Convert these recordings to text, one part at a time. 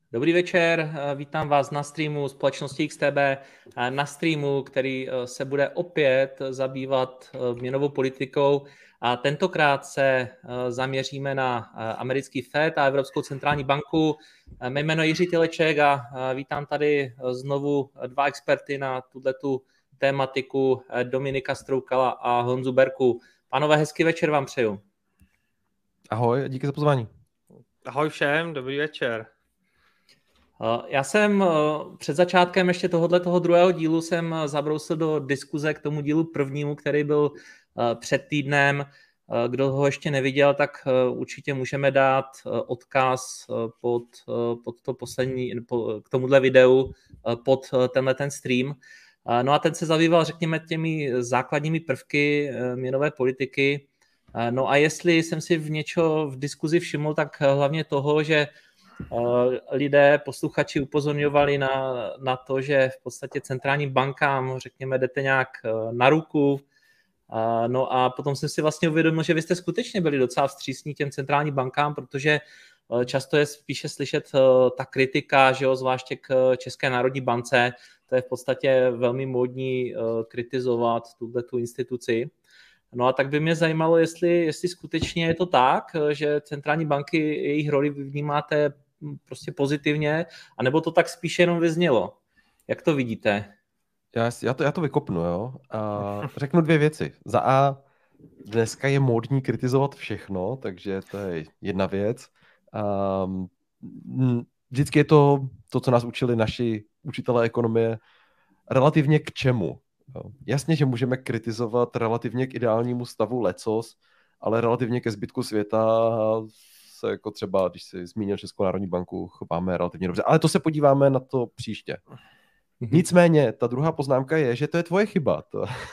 Dobrý večer, vítám vás na streamu společnosti XTB, na streamu, který se bude opět zabývat měnovou politikou. A tentokrát se zaměříme na americký FED a Evropskou centrální banku. Mé jméno je Jiří Tileček a vítám tady znovu dva experty na tuto tématiku, Dominika Stroukala a Honzu Berku. Pánové, hezký večer vám přeju. Ahoj, díky za pozvání. Ahoj všem, dobrý večer. Já jsem před začátkem ještě toho druhého dílu jsem zabrousil do diskuze k tomu dílu prvnímu, který byl před týdnem. Kdo ho ještě neviděl, tak určitě můžeme dát odkaz pod to poslední, k tomuhle videu pod ten stream. No a ten se zabýval, řekněme, těmi základními prvky měnové politiky. No a jestli jsem si v diskuzi všiml, tak hlavně toho, že lidé, posluchači upozorňovali na to, že v podstatě centrálním bankám, řekněme, jdete nějak na ruku. No a potom jsem si vlastně uvědomil, že vy jste skutečně byli docela vstřícní těm centrálním bankám, protože často je spíše slyšet ta kritika, že jo, zvláště k České národní bance. To je v podstatě velmi módní kritizovat tu instituci. No a tak by mě zajímalo, jestli skutečně je to tak, že centrální banky, jejich roli vnímáte prostě pozitivně, anebo to tak spíše jenom vyznělo. Jak to vidíte? Já to vykopnu, jo. A řeknu dvě věci. Za A, dneska je módní kritizovat všechno, takže to je jedna věc. Vždycky je to, co nás učili naši učitelé ekonomie, relativně k čemu. Jo. Jasně, že můžeme kritizovat relativně k ideálnímu stavu lecos, ale relativně ke zbytku světa se jako třeba, když jsi zmínil Českou národní banku, chováme relativně dobře. Ale to se podíváme na to příště. Nicméně, ta druhá poznámka je, že to je tvoje chyba.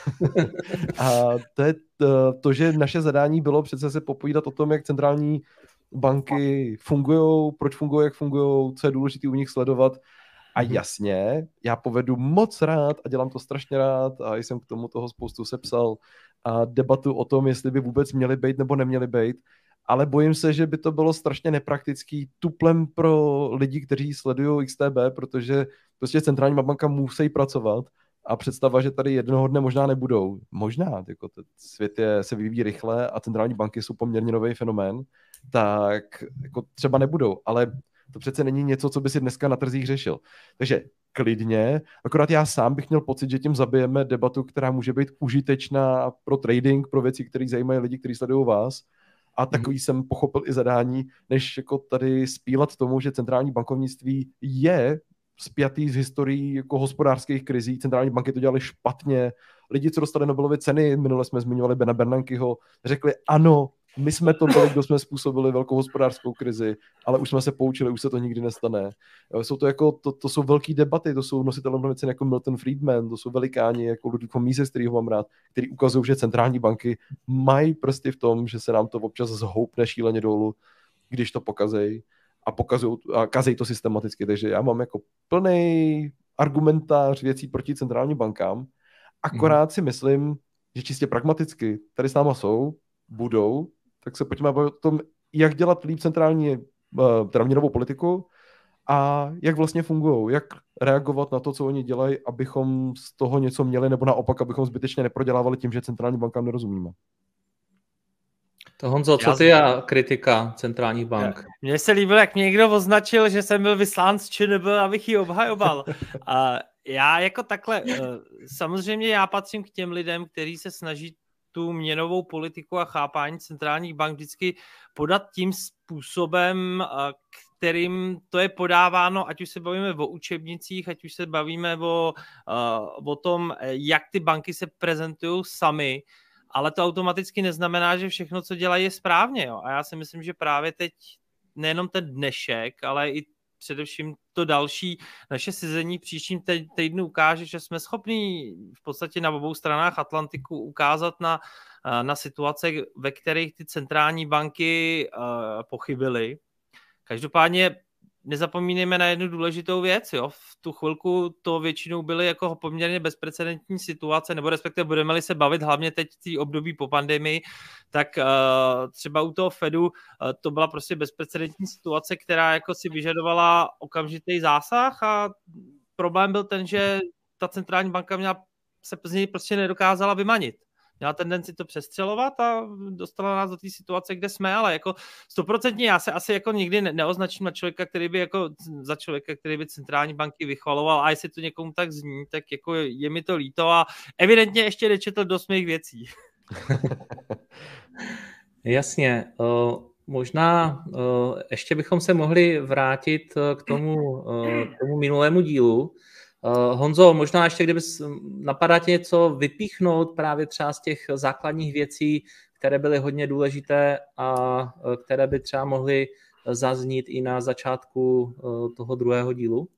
A to je to, že naše zadání bylo přece se popovídat o tom, jak centrální banky fungují, proč fungují, jak fungují, co je důležité u nich sledovat. A jasně, já povedu moc rád a dělám to strašně rád a jsem k tomu toho spoustu sepsal a debatu o tom, jestli by vůbec měly být nebo neměly být, ale bojím se, že by to bylo strašně nepraktický tuplem pro lidi, kteří sledují XTB, protože prostě centrální banka musí pracovat a představa, že tady jednoho dne možná nebudou. Možná, jako svět se vyvíjí rychle a centrální banky jsou poměrně nový fenomén, tak jako třeba nebudou, ale to přece není něco, co by si dneska na trzích řešil. Takže klidně, akorát já sám bych měl pocit, že tím zabijeme debatu, která může být užitečná pro trading, pro věci, které zajímají lidi, kteří sledují vás. A takový jsem pochopil i zadání, než jako tady spílat tomu, že centrální bankovnictví je spjatý s historií jako hospodářských krizí. Centrální banky to dělaly špatně. Lidi, co dostali Nobelovy ceny, minule jsme zmiňovali Bena Bernankeho, řekli ano, my jsme to byli, kdo jsme způsobili velkou hospodářskou krizi, ale už jsme se poučili, už se to nikdy nestane. Jsou to jako, to jsou velké debaty, to jsou nositelé cen jako Milton Friedman, to jsou velikáni jako Ludwig von Mises, kterýho mám rád, který ukazují, že centrální banky mají prostě v tom, že se nám to občas zhoupne šíleně dolů, když to pokazejí a kazejí to systematicky. Takže já mám jako plný argumentář věcí proti centrálním bankám, akorát si myslím, že čistě pragmaticky tady s náma budou, tak se pojďme bavit o tom, jak dělat líp centrální měnovou politiku a jak vlastně fungují, jak reagovat na to, co oni dělají, abychom z toho něco měli, nebo naopak, abychom zbytečně neprodělávali tím, že centrální bankám nerozumíme. To Honzo, co ty a kritika centrálních bank? Mně se líbilo, jak mě někdo označil, že jsem byl vyslán z ČNB, abych ji obhajoval. Já jako takhle, samozřejmě já patřím k těm lidem, kteří se snaží tu měnovou politiku a chápání centrálních bank vždycky podat tím způsobem, kterým to je podáváno, ať už se bavíme o učebnicích, ať už se bavíme o tom, jak ty banky se prezentují sami, ale to automaticky neznamená, že všechno, co dělají, je správně. Jo? A já si myslím, že právě teď nejenom ten dnešek, ale i především to další naše sezení v příštím týdnu ukáže, že jsme schopni v podstatě na obou stranách Atlantiku ukázat na situace, ve kterých ty centrální banky pochybily. Každopádně nezapomínejme na jednu důležitou věc, jo. V tu chvilku to většinou byly jako poměrně bezprecedentní situace, nebo respektive budeme-li se bavit hlavně teď v té období po pandemii, tak třeba u toho Fedu to byla prostě bezprecedentní situace, která jako si vyžadovala okamžitý zásah a problém byl ten, že ta centrální banka se z něj prostě nedokázala vymanit. Měla tendenci to přestřelovat a dostala nás do té situace, kde jsme, ale jako 100% já se asi jako nikdy neoznačím na člověka, který by centrální banky vychvaloval, a jestli to někomu tak zní, tak jako je mi to líto a evidentně ještě nečetl dost mých věcí. Jasně. Možná ještě bychom se mohli vrátit k tomu minulému dílu. Honzo, možná ještě kdybys napadá tě něco vypíchnout právě třeba z těch základních věcí, které byly hodně důležité a které by třeba mohly zaznít i na začátku toho druhého dílu?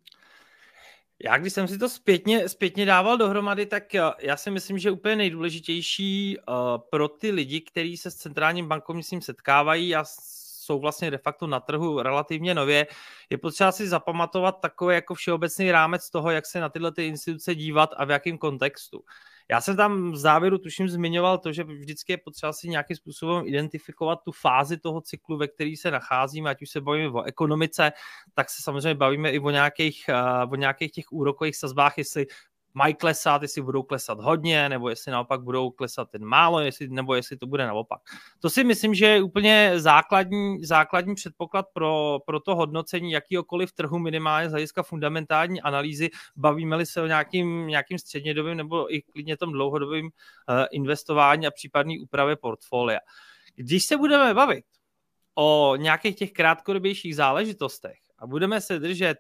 Já když jsem si to zpětně dával dohromady, tak já si myslím, že úplně nejdůležitější pro ty lidi, kteří se s centrálním bankovnictvím setkávají a jsou vlastně de facto na trhu relativně nově, je potřeba si zapamatovat takový jako všeobecný rámec toho, jak se na tyhle ty instituce dívat a v jakém kontextu. Já jsem tam v závěru tuším zmiňoval to, že vždycky je potřeba si nějakým způsobem identifikovat tu fázi toho cyklu, ve který se nacházíme, ať už se bavíme o ekonomice, tak se samozřejmě bavíme i o nějakých těch úrokových sazbách, jestli mají klesat, jestli budou klesat hodně, nebo jestli naopak budou klesat jen málo, nebo jestli to bude naopak. To si myslím, že je úplně základní předpoklad pro to hodnocení jakýhokoliv trhu, minimálně z hlediska fundamentální analýzy, bavíme-li se o nějakým střednědobým nebo i klidně tom dlouhodobým investování a případný úpravě portfolia. Když se budeme bavit o nějakých těch krátkodobějších záležitostech a budeme se držet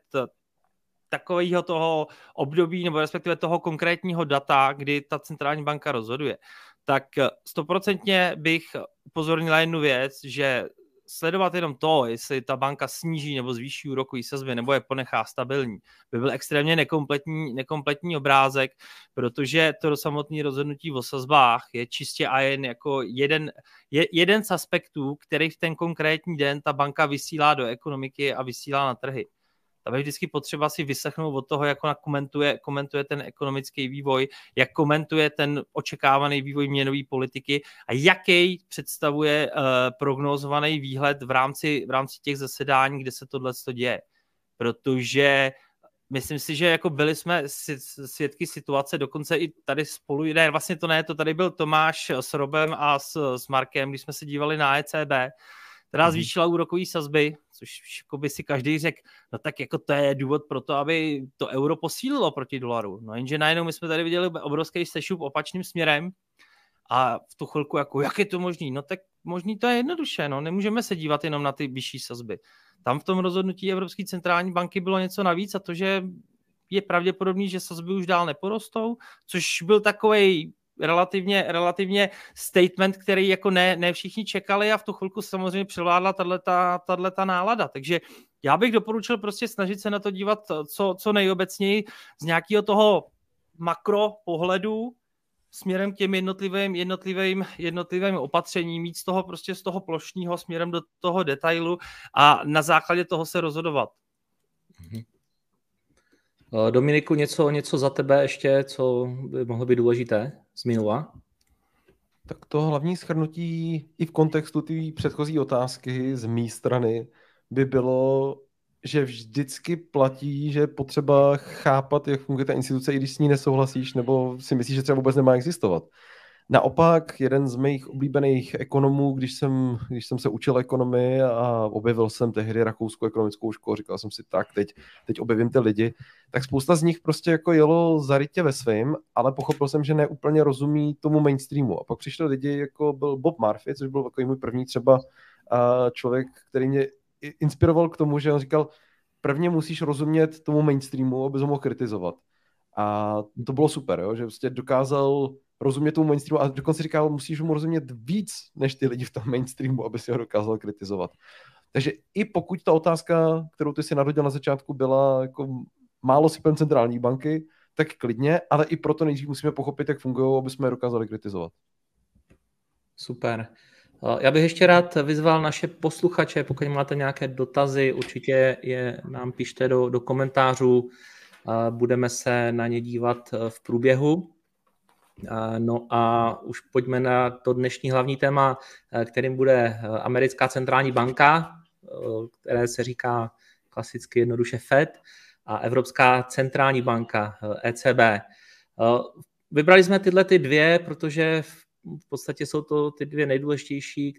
takového toho období nebo respektive toho konkrétního data, kdy ta centrální banka rozhoduje, tak 100% bych upozornil na jednu věc, že sledovat jenom to, jestli ta banka sníží nebo zvýší úrokový sazby nebo je ponechá stabilní, by byl extrémně nekompletní obrázek, protože to samotné rozhodnutí o sazbách je čistě a jen jako jeden z aspektů, který v ten konkrétní den ta banka vysílá do ekonomiky a vysílá na trhy. Tam je vždycky potřeba si vyslechnout od toho, jak ona komentuje ten ekonomický vývoj, jak komentuje ten očekávaný vývoj měnové politiky a jaký představuje prognózovaný výhled v rámci těch zasedání, kde se tohle děje. Protože myslím si, že jako byli jsme svědky situace, dokonce i tady spolu, vlastně to tady byl Tomáš s Robem a s Markem, když jsme se dívali na ECB, která zvýšila úrokové sazby, což jako by si každý řekl, no tak jako to je důvod pro to, aby to euro posílilo proti dolaru. No jenže najednou my jsme tady viděli obrovský sešup opačným směrem a v tu chvilku jako, jak je to možný? No tak možný to je jednoduše, no nemůžeme se dívat jenom na ty vyšší sazby. Tam v tom rozhodnutí Evropské centrální banky bylo něco navíc a to, že je pravděpodobný, že sazby už dál neporostou, což byl takovej relativně statement, který jako ne všichni čekali a v tu chvilku samozřejmě převládla tato nálada. Takže já bych doporučil prostě snažit se na to dívat co nejobecněji z nějakého toho makro pohledu směrem k těm jednotlivým opatřením, mít z toho plošního směrem do toho detailu a na základě toho se rozhodovat. Dominiku, něco za tebe ještě, co by mohlo být důležité z minula? Tak to hlavní shrnutí i v kontextu té předchozí otázky z mé strany by bylo, že vždycky platí, že je potřeba chápat, jak funguje ta instituce, i když s ní nesouhlasíš, nebo si myslíš, že třeba vůbec nemá existovat. Naopak, jeden z mých oblíbených ekonomů, když jsem se učil ekonomii a objevil jsem tehdy Rakouskou ekonomickou školu, říkal jsem si tak, teď objevím ty lidi, tak spousta z nich prostě jako jelo zarytě ve svým, ale pochopil jsem, že neúplně rozumí tomu mainstreamu. A pak přišli lidi, jako byl Bob Murphy, což byl takový můj první třeba člověk, který mě inspiroval k tomu, že on říkal, prvně musíš rozumět tomu mainstreamu, abys ho mohl kritizovat. A to bylo super, jo? Že prostě dokázal rozumět tomu mainstreamu a dokonce říkal, musíš mu rozumět víc než ty lidi v tom mainstreamu, aby si ho dokázal kritizovat. Takže i pokud ta otázka, kterou ty si narodil na začátku, byla jako málo sypem centrální banky, tak klidně, ale i proto nejdřív musíme pochopit, jak fungují, aby jsme je dokázali kritizovat. Super. Já bych ještě rád vyzval naše posluchače, pokud máte nějaké dotazy, určitě je nám pište do komentářů, budeme se na ně dívat v průběhu. No a už pojďme na to dnešní hlavní téma, kterým bude americká centrální banka, které se říká klasicky jednoduše Fed, a Evropská centrální banka, ECB. Vybrali jsme tyhle ty dvě, protože v podstatě jsou to ty dvě nejdůležitější,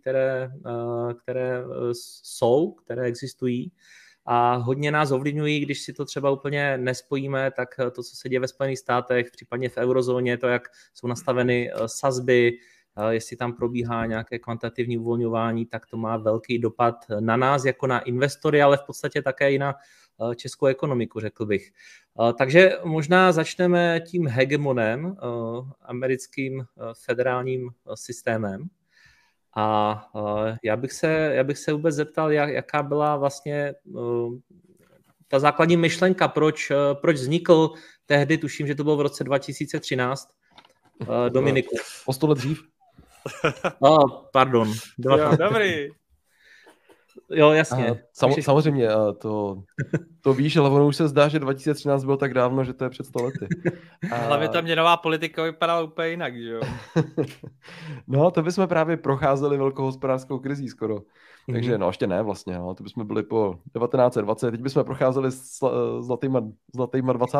které existují a hodně nás ovlivňují, když si to třeba úplně nespojíme, tak to, co se děje ve Spojených státech, případně v eurozóně, to, jak jsou nastaveny sazby, jestli tam probíhá nějaké kvantitativní uvolňování, tak to má velký dopad na nás jako na investory, ale v podstatě také i na českou ekonomiku, řekl bych. Takže možná začneme tím hegemonem, americkým federálním systémem. A já bych se vůbec zeptal, jaká byla vlastně ta základní myšlenka, proč vznikl tehdy, tuším, že to bylo v roce 2013, Dominiku. O 100 let dřív? Pardon. Jo, dobrý. Jo, jasně. Samozřejmě, to víš, ale ono už se zdá, že 2013 bylo tak dávno, že to je před 100 lety. Hlavně ta měnová politika vypadala úplně jinak, že jo? No, to bychom právě procházeli velkou hospodářskou krizí skoro. Takže no, ještě ne vlastně, no. To bychom byli po 1920, teď bychom procházeli zlatýma 20.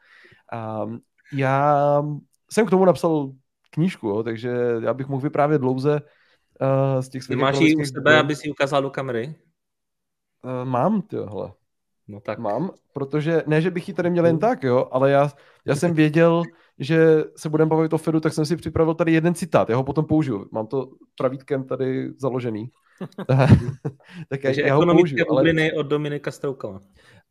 Já jsem k tomu napsal knížku, jo, takže já bych mohl vyprávět dlouze z těch svých... Ty máš ji u sebe, aby si ji ukázal do kamery? Mám, tyhle. No tak. Mám, protože ne, že bych ji tady měl jen tak, jo, ale já jsem věděl, že se budeme bavit o Fedu, tak jsem si připravil tady jeden citát, já ho potom použiju. Mám to pravítkem tady založený. Takže já ho použiju. Ale... od Dominika Stroukala.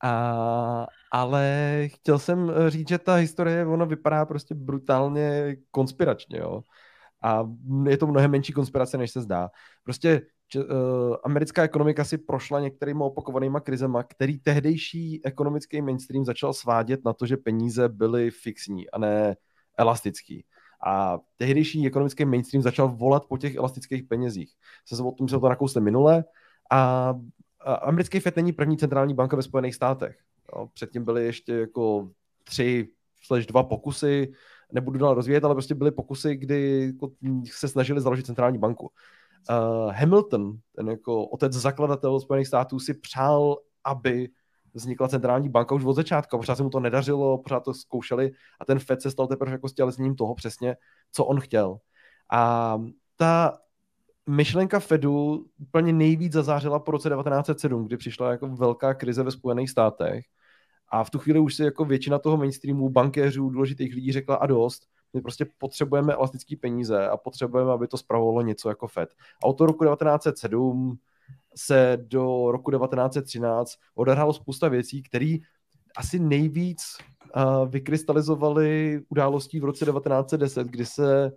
Ale chtěl jsem říct, že ta historie, ona vypadá prostě brutálně konspiračně, jo. A je to mnohem menší konspirace, než se zdá. Prostě americká ekonomika si prošla některými opakovanýma krizema, který tehdejší ekonomický mainstream začal svádět na to, že peníze byly fixní a ne elastický. A tehdejší ekonomický mainstream začal volat po těch elastických penězích. O tom se to nakousli minule. A americký FED není první centrální banka ve Spojených státech. Jo, předtím byly ještě jako 3/2 pokusy, nebudu dál rozvíjet, ale prostě byly pokusy, kdy se snažili založit centrální banku. Hamilton, ten jako otec zakladatel Spojených států, si přál, aby vznikla centrální banka už od začátku. Pořád se mu to nedařilo, pořád to zkoušeli a ten FED se stal teprve jako stělesněním toho přesně, co on chtěl. A ta myšlenka Fedu úplně nejvíc zazářila po roce 1907, kdy přišla jako velká krize ve Spojených státech. A v tu chvíli už si jako většina toho mainstreamu, bankéřů, důležitých lidí řekla a dost. My prostě potřebujeme elastické peníze a potřebujeme, aby to spravovalo něco jako Fed. A od toho roku 1907 se do roku 1913 odehrálo spousta věcí, které asi nejvíc vykrystalizovaly událostí v roce 1910, kdy se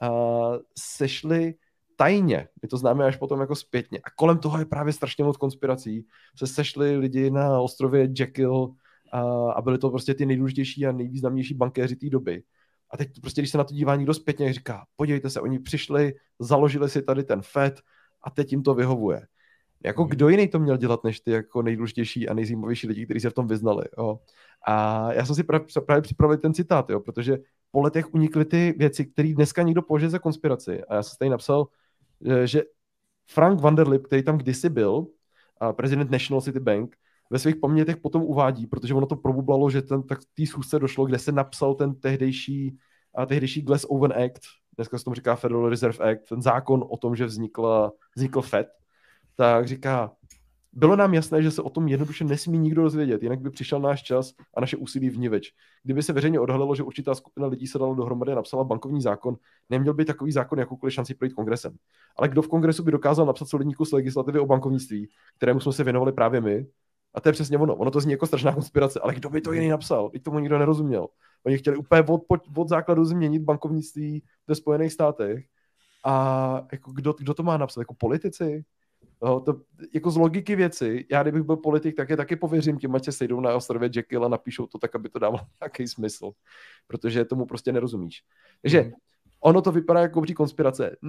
sešly tajně, my to známe až potom jako zpětně. A kolem toho je právě strašně moc konspirací. Se sešli lidi na ostrově Jekyll a byli to prostě ty nejdůležitější a nejvýznamnější bankéři té doby. A teď prostě, když se na to dívá někdo zpětně, říká, podívejte se, oni přišli, založili si tady ten FED a teď jim to vyhovuje. Jako kdo jiný to měl dělat, než ty jako nejdůležitější a nejzajímavější lidi, kteří se v tom vyznali. Jo. A já jsem si právě připravil ten citát, jo, protože po letech unikly ty věci, které dneska někdo považuje za konspiraci. A já jsem tady napsal, že Frank Vanderlip, který tam kdysi byl, prezident National City Bank, ve svých pamětech potom uvádí, protože ono to probublalo, že tak té schůzce došlo, kde se napsal ten tehdejší Glass-Owen Act, dneska se tomu říká Federal Reserve Act, ten zákon o tom, že vznikl FED, tak říká, bylo nám jasné, že se o tom jednoduše nesmí nikdo dozvědět, jinak by přišel náš čas a naše úsilí vniveč. Kdyby se veřejně odhalilo, že určitá skupina lidí se dala dohromady a napsala bankovní zákon, neměl by takový zákon jakoukoliv šanci projít kongresem. Ale kdo v kongresu by dokázal napsat solidní kus legislativy o bankovnictví, kterému jsme se věnovali právě my? A to je přesně ono. Ono to zní jako strašná konspirace, ale kdo by to jiný napsal? Teď tomu nikdo nerozuměl. Oni chtěli úplně od základu změnit bankovnictví ve Spojených státech. A jako kdo to má napsat? Jako politici? No, to, jako z logiky věci, já kdybych byl politik, tak je taky pověřím těm, ať se sejdou na ostrově Jekyll a napíšou to tak, aby to dávalo nějaký smysl. Protože tomu prostě nerozumíš. Takže ono to vypadá jako obří konspirace.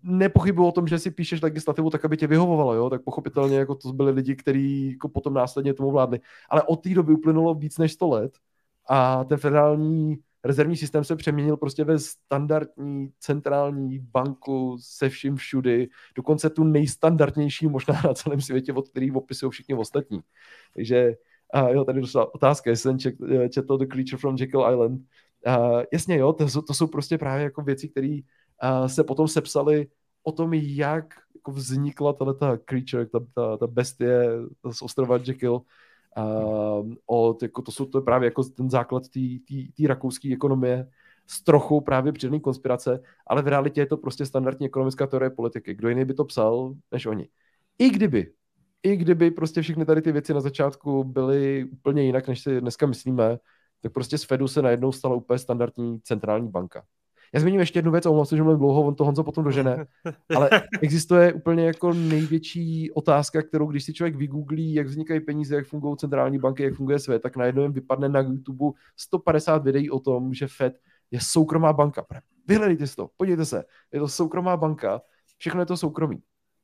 nepochybuji o tom, že si píšeš legislativu tak, aby tě vyhovovalo, jo? Tak pochopitelně jako to byli lidi, kteří jako potom následně tomu vládli. Ale od té doby uplynulo víc než 100 let a ten federální rezervní systém se přeměnil prostě ve standardní centrální banku se vším všudy, dokonce tu nejstandardnější možná na celém světě, od který opisují všichni ostatní. Takže jo, tady došla otázka, jestli jsem četl The Creature from Jekyll Island. Jasně, jo, to jsou prostě právě jako věci, které se potom sepsaly o tom, jak jako vznikla ta creature, ta bestie z ostrova Jekyll. To je právě jako ten základ té rakouské ekonomie s trochou právě přidaný konspirace, ale v realitě je to prostě standardní ekonomická teorie politiky. Kdo jiný by to psal, než oni. I kdyby prostě všechny tady ty věci na začátku byly úplně jinak, než si dneska myslíme, tak prostě z Fedu se najednou stala úplně standardní centrální banka. Já zmíním ještě jednu věc, omlouvám se, že mluvím dlouho, on to Honzo potom dožene, ale existuje úplně jako největší otázka, kterou když si člověk vygooglí, jak vznikají peníze, jak fungují centrální banky, jak funguje svět, tak najednou jim vypadne na YouTube 150 videí o tom, že Fed je soukromá banka. Vyhledejte si to, podívejte se, je to soukromá banka, všechno je to soukromí.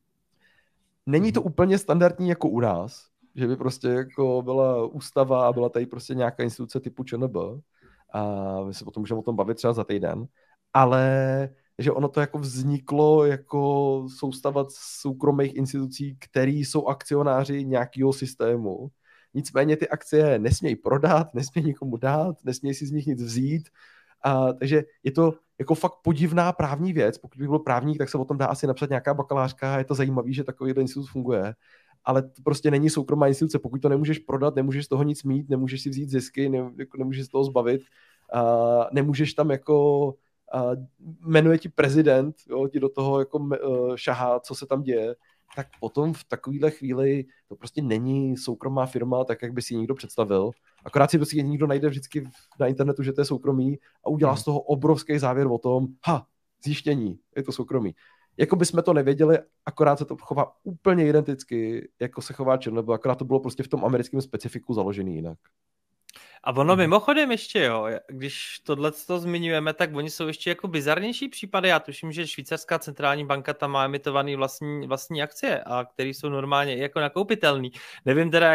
Není to úplně standardní jako u nás, že by prostě jako byla ústava a byla tady prostě nějaká instituce typu ČNB a my se potom můžeme o tom bavit třeba za týden, ale že ono to jako vzniklo jako soustava soukromých institucí, které jsou akcionáři nějakého systému. Nicméně ty akcie nesmějí prodat, nesmějí nikomu dát, nesmějí si z nich nic vzít. Takže je to jako fakt podivná právní věc. Pokud by byl právník, tak se o tom dá asi napsat nějaká bakalářka. Je to zajímavé, že takovýhle institut funguje. Ale to prostě není soukromá instituce. Pokud to nemůžeš prodat, nemůžeš z toho nic mít, nemůžeš si vzít zisky, nemůžeš z toho zbavit, nemůžeš tam jako jmenuje ti prezident, jo, ti do toho jako šahá, co se tam děje, tak potom v takovéhle chvíli to prostě není soukromá firma, tak jak by si ji někdo představil. Akorát si prostě někdo najde vždycky na internetu, že to je soukromí a udělá z toho obrovský závěr o tom, zjištění, je to soukromí. Jako bychom to nevěděli, akorát se to chová úplně identicky, jako se chová ČNB, akorát to bylo prostě v tom americkém specifiku založený jinak. A ono mimochodem ještě, jo, když tohleto zmiňujeme, tak oni jsou ještě jako bizarnější případy. Já tuším, že švýcarská centrální banka tam má emitovaný vlastní akcie, a které jsou normálně jako nakoupitelný. Nevím teda,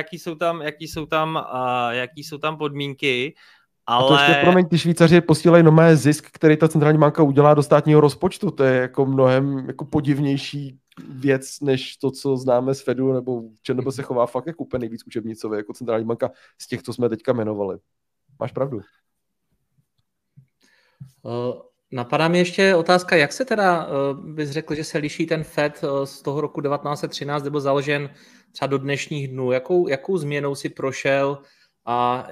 jaký jsou tam podmínky, ale... A to ještě, promiň, ty Švýcaři posílají nomé zisk, který ta centrální banka udělá do státního rozpočtu. To je jako mnohem jako podivnější věc, než to, co známe z Fedu, nebo ČNB se chová fakt jako úplně nejvíc učebnicově, jako centrální banka z těch, co jsme teďka jmenovali. Máš pravdu. Napadá mi ještě otázka, jak se teda bys řekl, že se liší ten Fed z toho roku 1913, nebo založen třeba do dnešních dnů? Jakou změnou si prošel a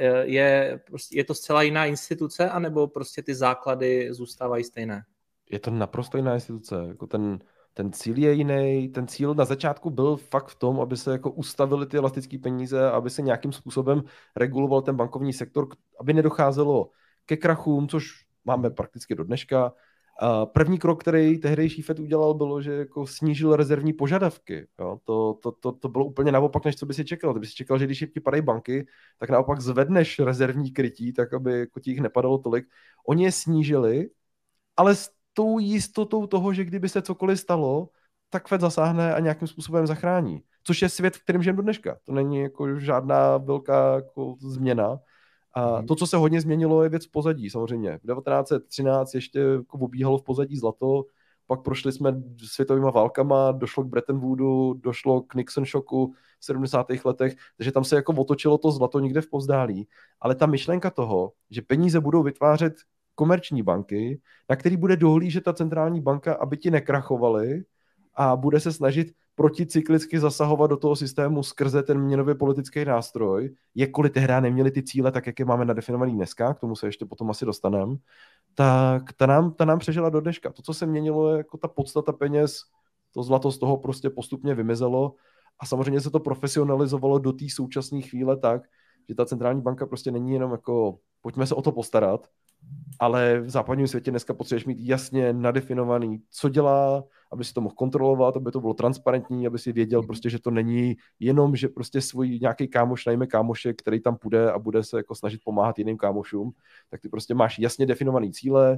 je to zcela jiná instituce, anebo prostě ty základy zůstávají stejné? Je to naprosto jiná instituce. Jako ten cíl je jiný. Ten cíl na začátku byl fakt v tom, aby se jako ustavily ty elastické peníze, aby se nějakým způsobem reguloval ten bankovní sektor, aby nedocházelo ke krachům, což máme prakticky do dneška. První krok, který tehdejší Fed udělal, bylo, že jako snížil rezervní požadavky. Jo? To bylo úplně naopak, než co by si čekal. Ty by si čekal, že když ti padají banky, tak naopak zvedneš rezervní krytí, tak aby jako ti jich nepadalo tolik. Oni je snížili, ale s tou jistotou toho, že kdyby se cokoliv stalo, tak Fed zasáhne a nějakým způsobem zachrání. Což je svět, v kterém žijeme do dneška. To není jako žádná velká jako změna. A to, co se hodně změnilo, je věc v pozadí, samozřejmě. V 1913 ještě jako obíhalo v pozadí zlato, pak prošli jsme světovýma válkama, došlo k Bretton Woodu, došlo k Nixon shocku v 70. letech, takže tam se jako otočilo to zlato někde v povzdálí. Ale ta myšlenka toho, že peníze budou vytvářet komerční banky, na který bude dohlížet ta centrální banka, aby ti nekrachovaly a bude se snažit proticyklicky zasahovat do toho systému skrze ten měnově politický nástroj, jakkoliv tehdy neměli ty cíle, tak jak je máme nadefinovaný dneska, k tomu se ještě potom asi dostaneme, tak ta nám přežila do dneška. To, co se měnilo, je jako ta podstata peněz, to zlato z toho prostě postupně vymizelo a samozřejmě se to profesionalizovalo do té současné chvíle tak, že ta centrální banka prostě není jenom jako pojďme se o to postarat, ale v západním světě dneska potřebuješ mít jasně nadefinovaný, co dělá, aby si to mohl kontrolovat, aby to bylo transparentní, aby si věděl prostě, že to není jenom, že prostě svůj nějaký kámoš najme kámoše, který tam půjde a bude se jako snažit pomáhat jiným kámošům, tak ty prostě máš jasně definovaný cíle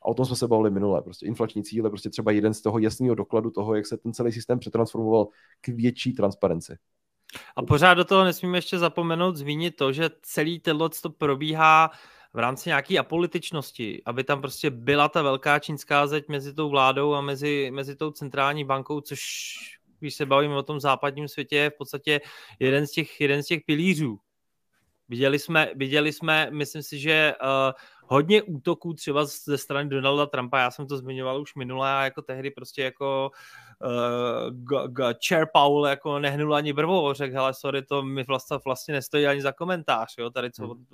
A o tom jsme se bavili minule. Prostě inflační cíl je prostě třeba jeden z toho jasného dokladu toho, jak se ten celý systém přetransformoval k větší transparenci. A pořád do toho nesmíme ještě zapomenout zmínit to, že celý tohle probíhá v rámci nějaké apolitičnosti, aby tam prostě byla ta velká čínská zeď mezi tou vládou a mezi tou centrální bankou, což, když se bavíme o tom západním světě, je v podstatě jeden z těch pilířů. Viděli jsme, myslím si, že hodně útoků třeba ze strany Donalda Trumpa, já jsem to zmiňoval už minule a jako tehdy prostě jako Chair Powell jako nehnul ani brvou, řekl, hele, sorry, to mi vlastně nestojí ani za komentář, jo, tady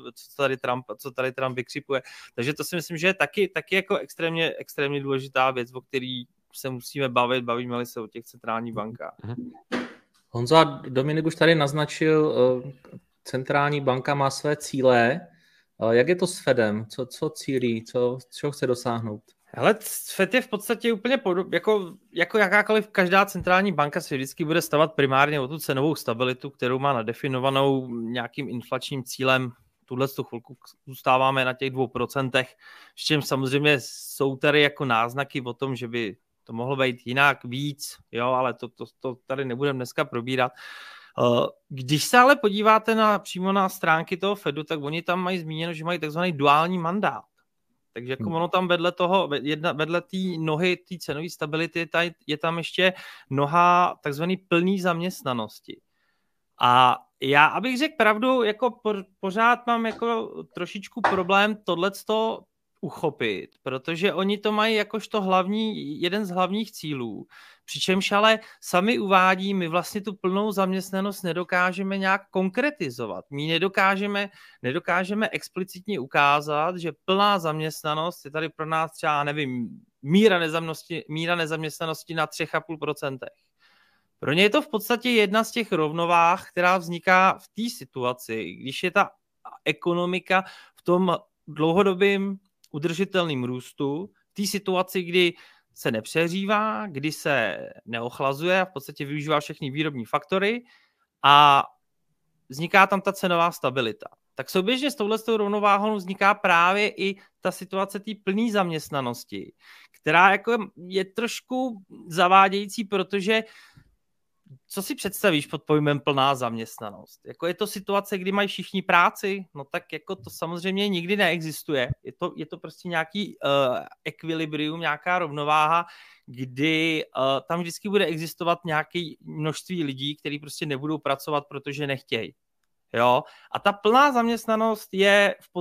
co tady Trump vykřipuje. Takže to si myslím, že je taky jako extrémně důležitá věc, o který se musíme bavíme se o těch centrálních bankách. Honzo a Dominik už tady naznačil, centrální banka má své cíle. Jak je to s Fedem? Co cílí? Čeho chce dosáhnout? Hele, Fed je v podstatě úplně jako jakákoliv každá centrální banka se vždycky bude stavat primárně o tu cenovou stabilitu, kterou má nadefinovanou nějakým inflačním cílem. Tuhle chvilku zůstáváme na těch 2%, s čím samozřejmě jsou tady jako náznaky o tom, že by to mohlo být jinak, víc, jo, ale to tady nebudeme dneska probírat. Když se ale podíváte přímo na stránky toho Fedu, tak oni tam mají zmíněno, že mají takzvaný duální mandát. Takže jako ono tam vedle té nohy, té cenové stability, je tam ještě noha takzvaný plný zaměstnanosti. A já, abych řekl pravdu, jako pořád mám jako trošičku problém tohleto uchopit, protože oni to mají jakožto jeden z hlavních cílů. Přičemž ale sami uvádí, my vlastně tu plnou zaměstnanost nedokážeme nějak konkretizovat. My nedokážeme explicitně ukázat, že plná zaměstnanost je tady pro nás třeba, nevím, míra nezaměstnanosti na 3,5%. Pro ně je to v podstatě jedna z těch rovnováh, která vzniká v té situaci, když je ta ekonomika v tom dlouhodobým udržitelným růstu, v té situaci, kdy se nepřehřívá, kdy se neochlazuje a v podstatě využívá všechny výrobní faktory a vzniká tam ta cenová stabilita. Tak souběžně s touhletou rovnováhou vzniká právě i ta situace té plné zaměstnanosti, která jako je trošku zavádějící, protože co si představíš pod pojmem plná zaměstnanost? Jako je to situace, kdy mají všichni práci? No tak jako to samozřejmě nikdy neexistuje. Je to prostě nějaký ekvilibrium, nějaká rovnováha, kdy tam vždycky bude existovat nějaké množství lidí, kteří prostě nebudou pracovat, protože nechtějí. Jo? A ta plná zaměstnanost je v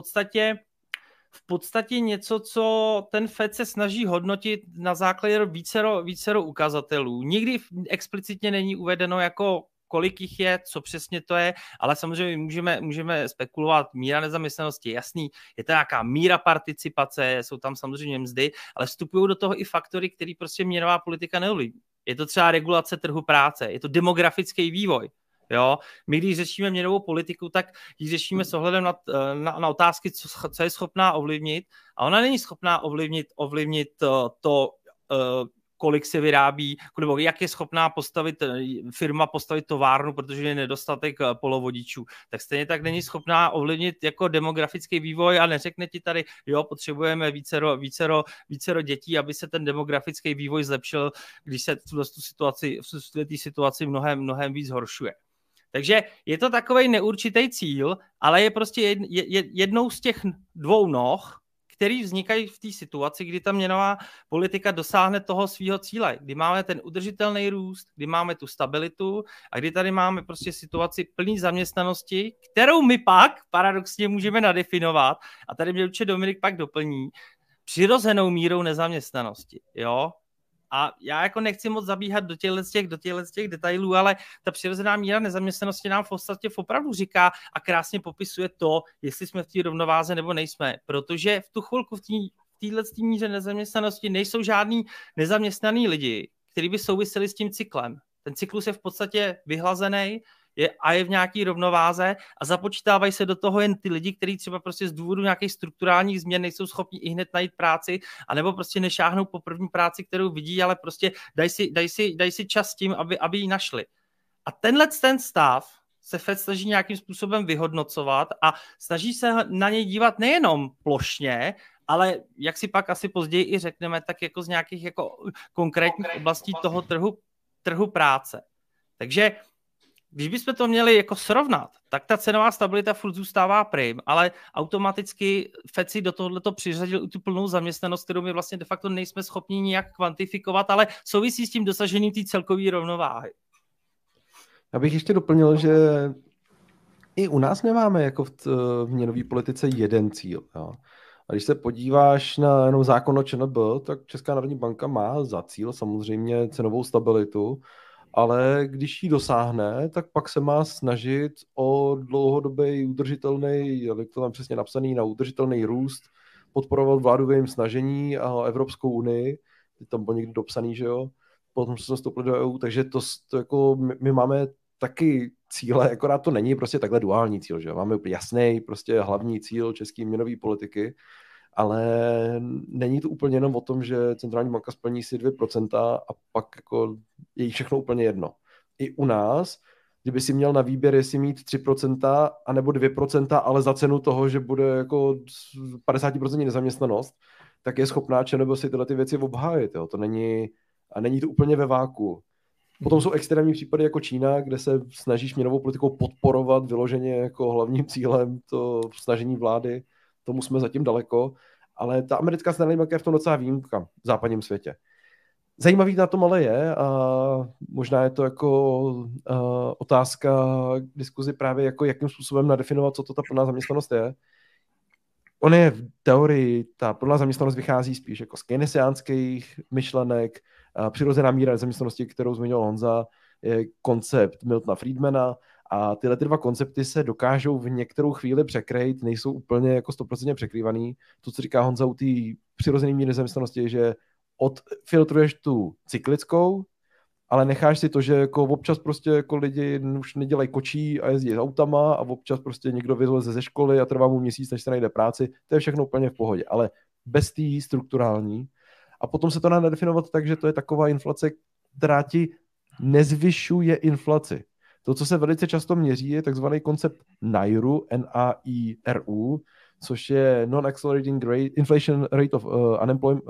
podstatě něco, co ten Fed se snaží hodnotit na základě vícero ukazatelů. Nikdy explicitně není uvedeno, jako kolik jich je, co přesně to je, ale samozřejmě můžeme spekulovat, míra nezaměstnanosti, jasný, je to nějaká míra participace, jsou tam samozřejmě mzdy, ale vstupují do toho i faktory, které prostě měnová politika neovlivní. Je to třeba regulace trhu práce, je to demografický vývoj. Jo? My, když řešíme měnovou politiku, tak ji řešíme s ohledem na otázky, co je schopná ovlivnit. A ona není schopná ovlivnit to, kolik se vyrábí, nebo jak je schopná firma postavit továrnu, protože je nedostatek polovodičů. Tak stejně tak není schopná ovlivnit jako demografický vývoj a neřekne ti tady, jo, potřebujeme vícero dětí, aby se ten demografický vývoj zlepšil, když se v té situaci mnohem víc zhoršuje. Takže je to takovej neurčitý cíl, ale je prostě jednou z těch dvou noh, který vznikají v té situaci, kdy ta měnová politika dosáhne toho svého cíle, kdy máme ten udržitelný růst, kdy máme tu stabilitu a kdy tady máme prostě situaci plný zaměstnanosti, kterou my pak paradoxně můžeme nadefinovat, a tady mě určitě Dominik pak doplní, přirozenou mírou nezaměstnanosti, jo? A já jako nechci moc zabíhat do těch detailů, ale ta přirozená míra nezaměstnanosti nám v podstatě opravdu říká a krásně popisuje to, jestli jsme v té rovnováze nebo nejsme. Protože v tu chvilku v této míře nezaměstnanosti nejsou žádný nezaměstnaný lidi, kteří by souviseli s tím cyklem. Ten cyklus je v podstatě vyhlazený je v nějaký rovnováze a započítávají se do toho jen ty lidi, kteří třeba prostě z důvodu nějakých strukturálních změn nejsou schopni i hned najít práci, anebo prostě nešáhnou po první práci, kterou vidí, ale prostě dají si čas tím, aby ji našli. A ten stav se Fed snaží nějakým způsobem vyhodnocovat a snaží se na něj dívat nejenom plošně, ale jak si pak asi později i řekneme, tak jako z nějakých jako konkrétních oblastí toho trhu práce. Takže když bychom to měli jako srovnat, tak ta cenová stabilita furt zůstává prim, ale automaticky FED si do tohoto přiřadil tu plnou zaměstnanost, kterou my vlastně de facto nejsme schopni nijak kvantifikovat, ale souvisí s tím dosažením té celkové rovnováhy. Já bych ještě doplnil, že i u nás nemáme jako v měnové politice jeden cíl. Jo. A když se podíváš na jenom zákon o ČNB, tak Česká národní banka má za cíl samozřejmě cenovou stabilitu, ale když ji dosáhne, tak pak se má snažit o dlouhodobý udržitelný, jak to tam přesně napsaný, na udržitelný růst, podporovat vládu v jejím snažení a Evropskou unii, tam bylo někdy dopsaný, že jo, potom jsme vstoupili do EU, takže to jako my máme taky cíle, akorát to není prostě takhle duální cíl, že jo, máme jasný prostě hlavní cíl české měnové politiky, ale není to úplně jenom o tom, že centrální banka splní si 2% a pak jako je jí všechno úplně jedno. I u nás, kdyby si měl na výběr, jestli mít 3% anebo 2%, ale za cenu toho, že bude jako 50% nezaměstnanost, tak je schopná ČNB si tyhle ty věci obhájit. Jo. To není to úplně ve váku. Potom jsou extrémní případy jako Čína, kde se snažíš měnovou politikou podporovat vyloženě jako hlavním cílem to snažení vlády. Tomu jsme zatím daleko, ale ta americká centrální banka je v tom docela výjimka v západním světě. Zajímavý na tom ale je, a možná je to jako otázka k diskuzi právě jako jakým způsobem nadefinovat, co to ta plná zaměstnanost je. On je v teorii, ta plná zaměstnanost vychází spíš jako z keynesiánských myšlenek, přirozená míra nezaměstnanosti, kterou zmiňoval Honza, je koncept Miltona Friedmana, a tyhle ty dva koncepty se dokážou v některou chvíli překrýt, nejsou úplně jako 100% překrývaný. To, co říká Honza u té přirozené míry nezaměstnanosti, je, že odfiltruješ tu cyklickou, ale necháš si to, že jako občas prostě jako lidi už nedělají kočí a jezdí s autama a občas prostě někdo vyleze ze školy a trvá mu měsíc, než se najde práci. To je všechno úplně v pohodě, ale bez té strukturální. A potom se to dá nadefinovat tak, že to je taková inflace, která ti nezvyšuje inflaci. To, co se velice často měří, je takzvaný koncept NAIRU, N-A-I-R-U, což je Non-Accelerating Inflation Rate of Unemployment,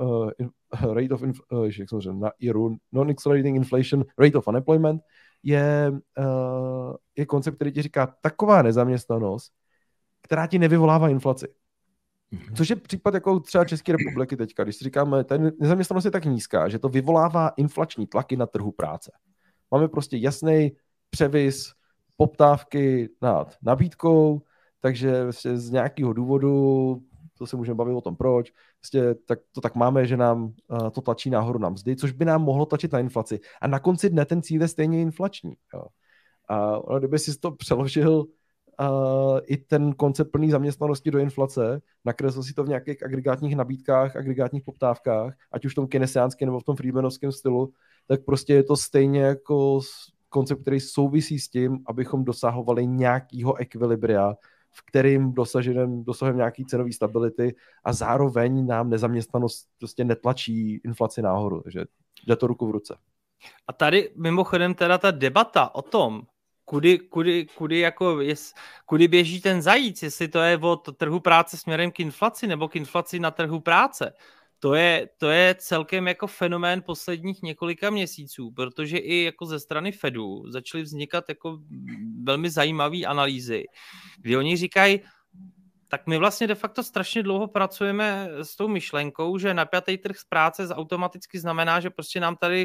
Non-Accelerating Inflation Rate of Unemployment, je koncept, který ti říká taková nezaměstnanost, která ti nevyvolává inflaci. Což je případ jako třeba České republiky teďka, když si říkáme, ta nezaměstnanost je tak nízká, že to vyvolává inflační tlaky na trhu práce. Máme prostě jasný převis poptávky nad nabídkou, takže z nějakého důvodu, to se můžeme bavit o tom proč, tak to tak máme, že nám to tlačí nahoru na mzdy, což by nám mohlo tlačit na inflaci. A na konci dne ten cíl je stejně inflační. Jo. A kdyby si to přeložil i ten koncept plný zaměstnanosti do inflace, nakreslil si to v nějakých agregátních nabídkách, agregátních poptávkách, ať už v tom keynesiánském nebo v tom friedmanovském stylu, tak prostě je to stejně jako koncept, který souvisí s tím, abychom dosahovali nějakého ekvilibria, v kterým dosažujeme nějaký cenový stability a zároveň nám nezaměstnanost prostě netlačí inflaci nahoru. Takže jde to ruku v ruce. A tady mimochodem teda ta debata o tom, kudy běží ten zajíc, jestli to je od trhu práce směrem k inflaci nebo k inflaci na trhu práce. To je celkem jako fenomén posledních několika měsíců, protože i jako ze strany Fedu začaly vznikat jako velmi zajímavé analýzy, kdy oni říkají, tak my vlastně de facto strašně dlouho pracujeme s tou myšlenkou, že napjatý trh z práce automaticky znamená, že prostě nám tady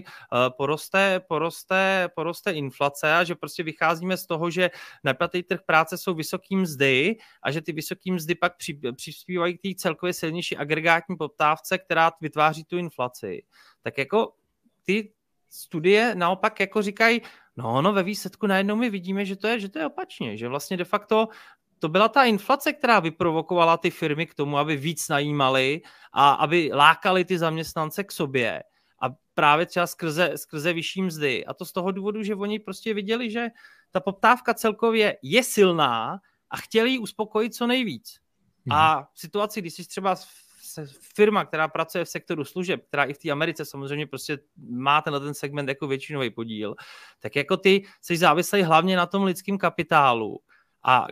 poroste inflace a že prostě vycházíme z toho, že napjatý trh práce jsou vysoký mzdy a že ty vysoký mzdy pak přispívají k té celkově silnější agregátní poptávce, která vytváří tu inflaci. Tak jako ty studie naopak jako říkají, no ve výsledku najednou my vidíme, že to je opačně, že vlastně de facto to byla ta inflace, která vyprovokovala ty firmy k tomu, aby víc najímali a aby lákali ty zaměstnance k sobě. A právě třeba skrze vyšší mzdy. A to z toho důvodu, že oni prostě viděli, že ta poptávka celkově je silná a chtěli ji uspokojit co nejvíc. A v situaci, když jsi třeba firma, která pracuje v sektoru služeb, která i v té Americe samozřejmě prostě má ten segment jako většinový podíl, tak jako ty jsi závislý hlavně na tom lidském kapitálu. A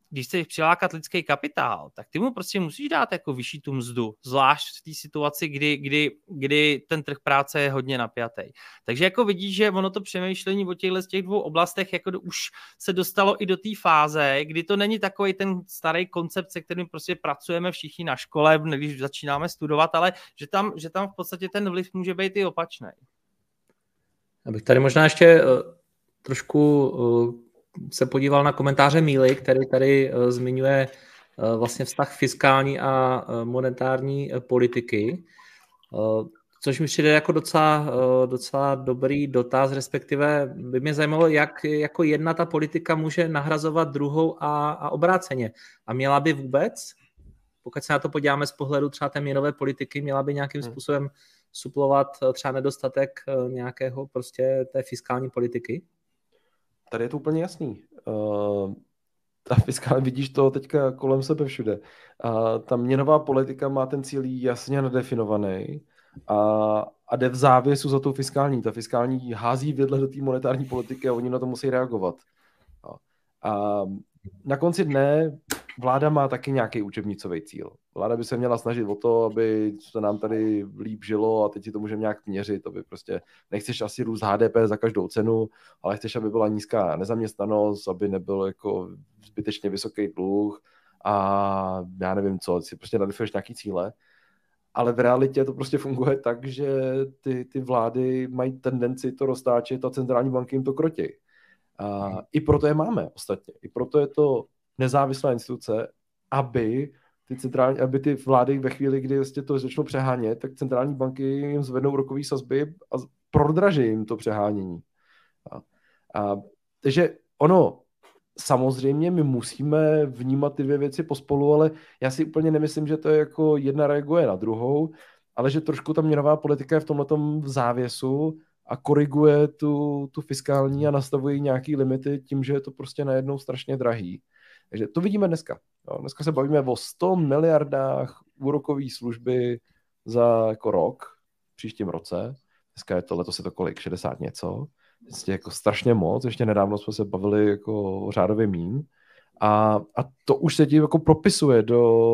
když chceš přilákat lidský kapitál, tak ty mu prostě musíš dát jako vyšší tu mzdu, zvlášť v té situaci, kdy ten trh práce je hodně napjatý. Takže jako vidíš, že ono to přemýšlení o těchto z těch dvou oblastech jako už se dostalo i do té fáze, kdy to není takový ten starý koncept, se kterým prostě pracujeme všichni na škole, když začínáme studovat, ale že tam v podstatě ten vliv může být i opačný. Abych tady možná ještě trošku se podíval na komentáře Míly, který tady zmiňuje vlastně vztah fiskální a monetární politiky, což mi přijde jako docela dobrý dotaz, respektive by mě zajímalo, jak jako jedna ta politika může nahrazovat druhou a obráceně. A měla by vůbec, pokud se na to podíváme z pohledu třeba té měnové politiky, měla by nějakým způsobem suplovat třeba nedostatek nějakého prostě té fiskální politiky? Tady je to úplně jasný. Ta fiskální, vidíš to teďka kolem sebe všude. Ta měnová politika má ten cíl jasně nadefinovaný a jde v závěsu za tou fiskální. Ta fiskální hází vidle do té monetární politiky a oni na to musí reagovat. A na konci dne vláda má taky nějaký učebnicový cíl. Vláda by se měla snažit o to, aby se nám tady líp žilo a teď si to můžeme nějak měřit, aby prostě nechceš asi růst HDP za každou cenu, ale chceš, aby byla nízká nezaměstnanost, aby nebyl jako zbytečně vysoký dluh a já nevím co, si prostě nadefinuješ nějaký cíle. Ale v realitě to prostě funguje tak, že ty vlády mají tendenci to roztáčet a centrální banky jim to krotí. I proto je máme ostatně. I proto je to nezávislá instituce, aby ty vlády ve chvíli, kdy vlastně to začnou přehánět, tak centrální banky jim zvednou úrokové sazby a prodraží jim to přehánění. Takže ono, samozřejmě my musíme vnímat ty dvě věci pospolu, ale já si úplně nemyslím, že to je jako jedna reaguje na druhou, ale že trošku ta měnová politika je v tomhletom v závěsu a koriguje tu fiskální a nastavuje nějaký limity tím, že je to prostě najednou strašně drahý. Takže to vidíme dneska. Dneska se bavíme o 100 miliardách úrokové služby za jako rok, v příštím roce. Dneska je to, letos je to kolik? 60 něco. Vlastně jako strašně moc. Ještě nedávno jsme se bavili jako o řádově míň. A to už se ti jako propisuje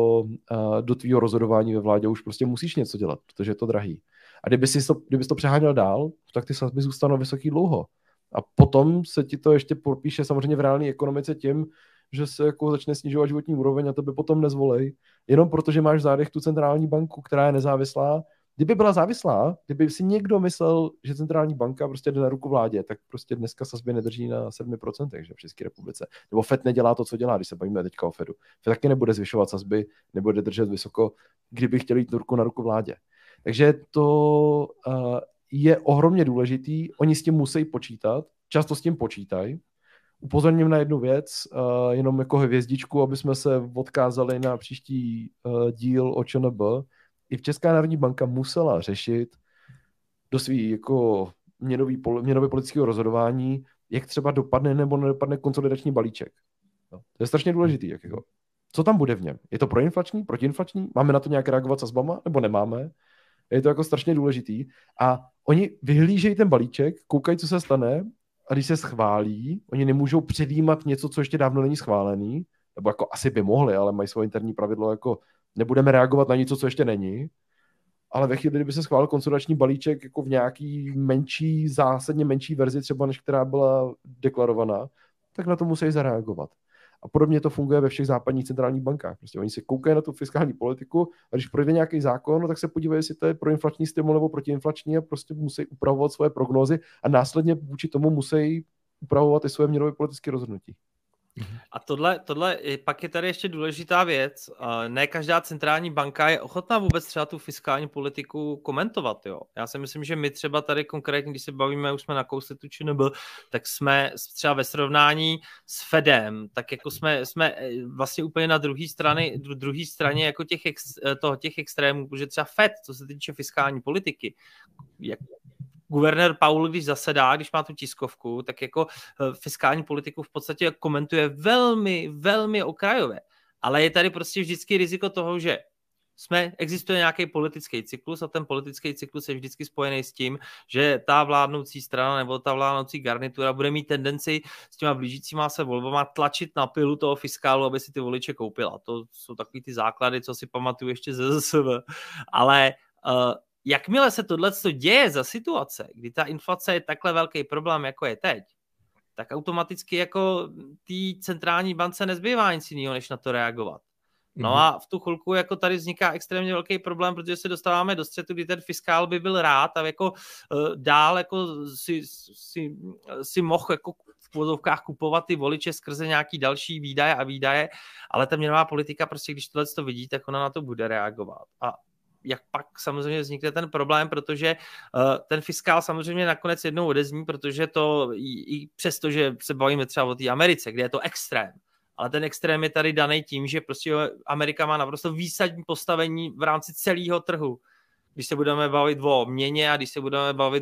do tvýho rozhodování ve vládě. Už prostě musíš něco dělat, protože je to drahý. A kdyby to přeháněl dál, tak ty sazby zůstanou vysoký dlouho. A potom se ti to ještě propíše samozřejmě v reálné ekonomice tím, že se jako začne snižovat životní úroveň a tebe potom nezvolej. Jenom protože máš v zádech tu centrální banku, která je nezávislá. Kdyby byla závislá, kdyby si někdo myslel, že centrální banka prostě jde na ruku vládě, tak prostě dneska sazby nedrží na 7%, že v České republice. Nebo FED nedělá to, co dělá, když se bavíme teďka o FEDu. FED taky nebude zvyšovat sazby, nebude držet vysoko, kdyby chtěli jít ruku na ruku vládě. Takže to je ohromně důležitý, oni s tím musí počítat, často s tím počítají. Upozorním na jednu věc, jenom jako hvězdičku, aby jsme se odkázali na příští díl o ČNB. I Česká národní banka musela řešit do svých jako měnově politického rozhodování, jak třeba dopadne nebo nedopadne konsolidační balíček. No, to je strašně důležitý. Jako. Co tam bude v něm? Je to proinflační, protiinflační? Máme na to nějak reagovat sazbama nebo nemáme? Je to jako strašně důležitý. A oni vyhlížejí ten balíček, koukají, co se stane, a když se schválí, oni nemůžou předjímat něco, co ještě dávno není schválený, nebo jako asi by mohli, ale mají svoje interní pravidlo, jako nebudeme reagovat na něco, co ještě není, ale ve chvíli, kdyby se schválil konsolidační balíček jako v nějaký zásadně menší verzi, třeba než která byla deklarovaná, tak na to musí zareagovat. A podobně to funguje ve všech západních centrálních bankách. Prostě oni se koukají na tu fiskální politiku a když projde nějaký zákon, tak se podívají, jestli to je proinflační stimul nebo protiinflační a prostě musí upravovat svoje prognózy a následně vůči tomu musí upravovat i svoje měnové politické rozhodnutí. A tohle pak je tady ještě důležitá věc. Ne každá centrální banka je ochotná vůbec třeba tu fiskální politiku komentovat. Jo. Já si myslím, že my třeba tady konkrétně, když se bavíme, už jsme nakousli tu ČNB, tak jsme třeba ve srovnání s Fedem, tak jako jsme vlastně úplně na druhé straně jako těch extrémů, protože třeba Fed, co se týče fiskální politiky, guvernér Powell, když zasedá, když má tu tiskovku, tak jako fiskální politiku v podstatě komentuje velmi, velmi okrajově. Ale je tady prostě vždycky riziko toho, že existuje nějaký politický cyklus a ten politický cyklus je vždycky spojený s tím, že ta vládnoucí strana nebo ta vládnoucí garnitura bude mít tendenci s těma blížícíma se volbama tlačit na pilu toho fiskálu, aby si ty voliče koupila. To jsou takový ty základy, co si pamatuju ještě ze ZSV. Ale jakmile se tohleto děje za situace, kdy ta inflace je takhle velký problém, jako je teď, tak automaticky jako té centrální bance nezbývá nic jiného, než na to reagovat. No a v tu chvilku jako tady vzniká extrémně velký problém, protože se dostáváme do střetu, kdy ten fiskál by byl rád a jako dál jako si mohl jako v pozovkách kupovat ty voliče skrze nějaký další výdaje, ale ta měnová politika prostě, když tohle to vidí, tak ona na to bude reagovat. A jak pak samozřejmě vznikne ten problém, protože ten fiskál samozřejmě nakonec jednou odezní, protože to i přesto, že se bavíme třeba o té Americe, kde je to extrém, ale ten extrém je tady daný tím, že prostě Amerika má naprosto výsadní postavení v rámci celého trhu. Když se budeme bavit o měně a když se budeme bavit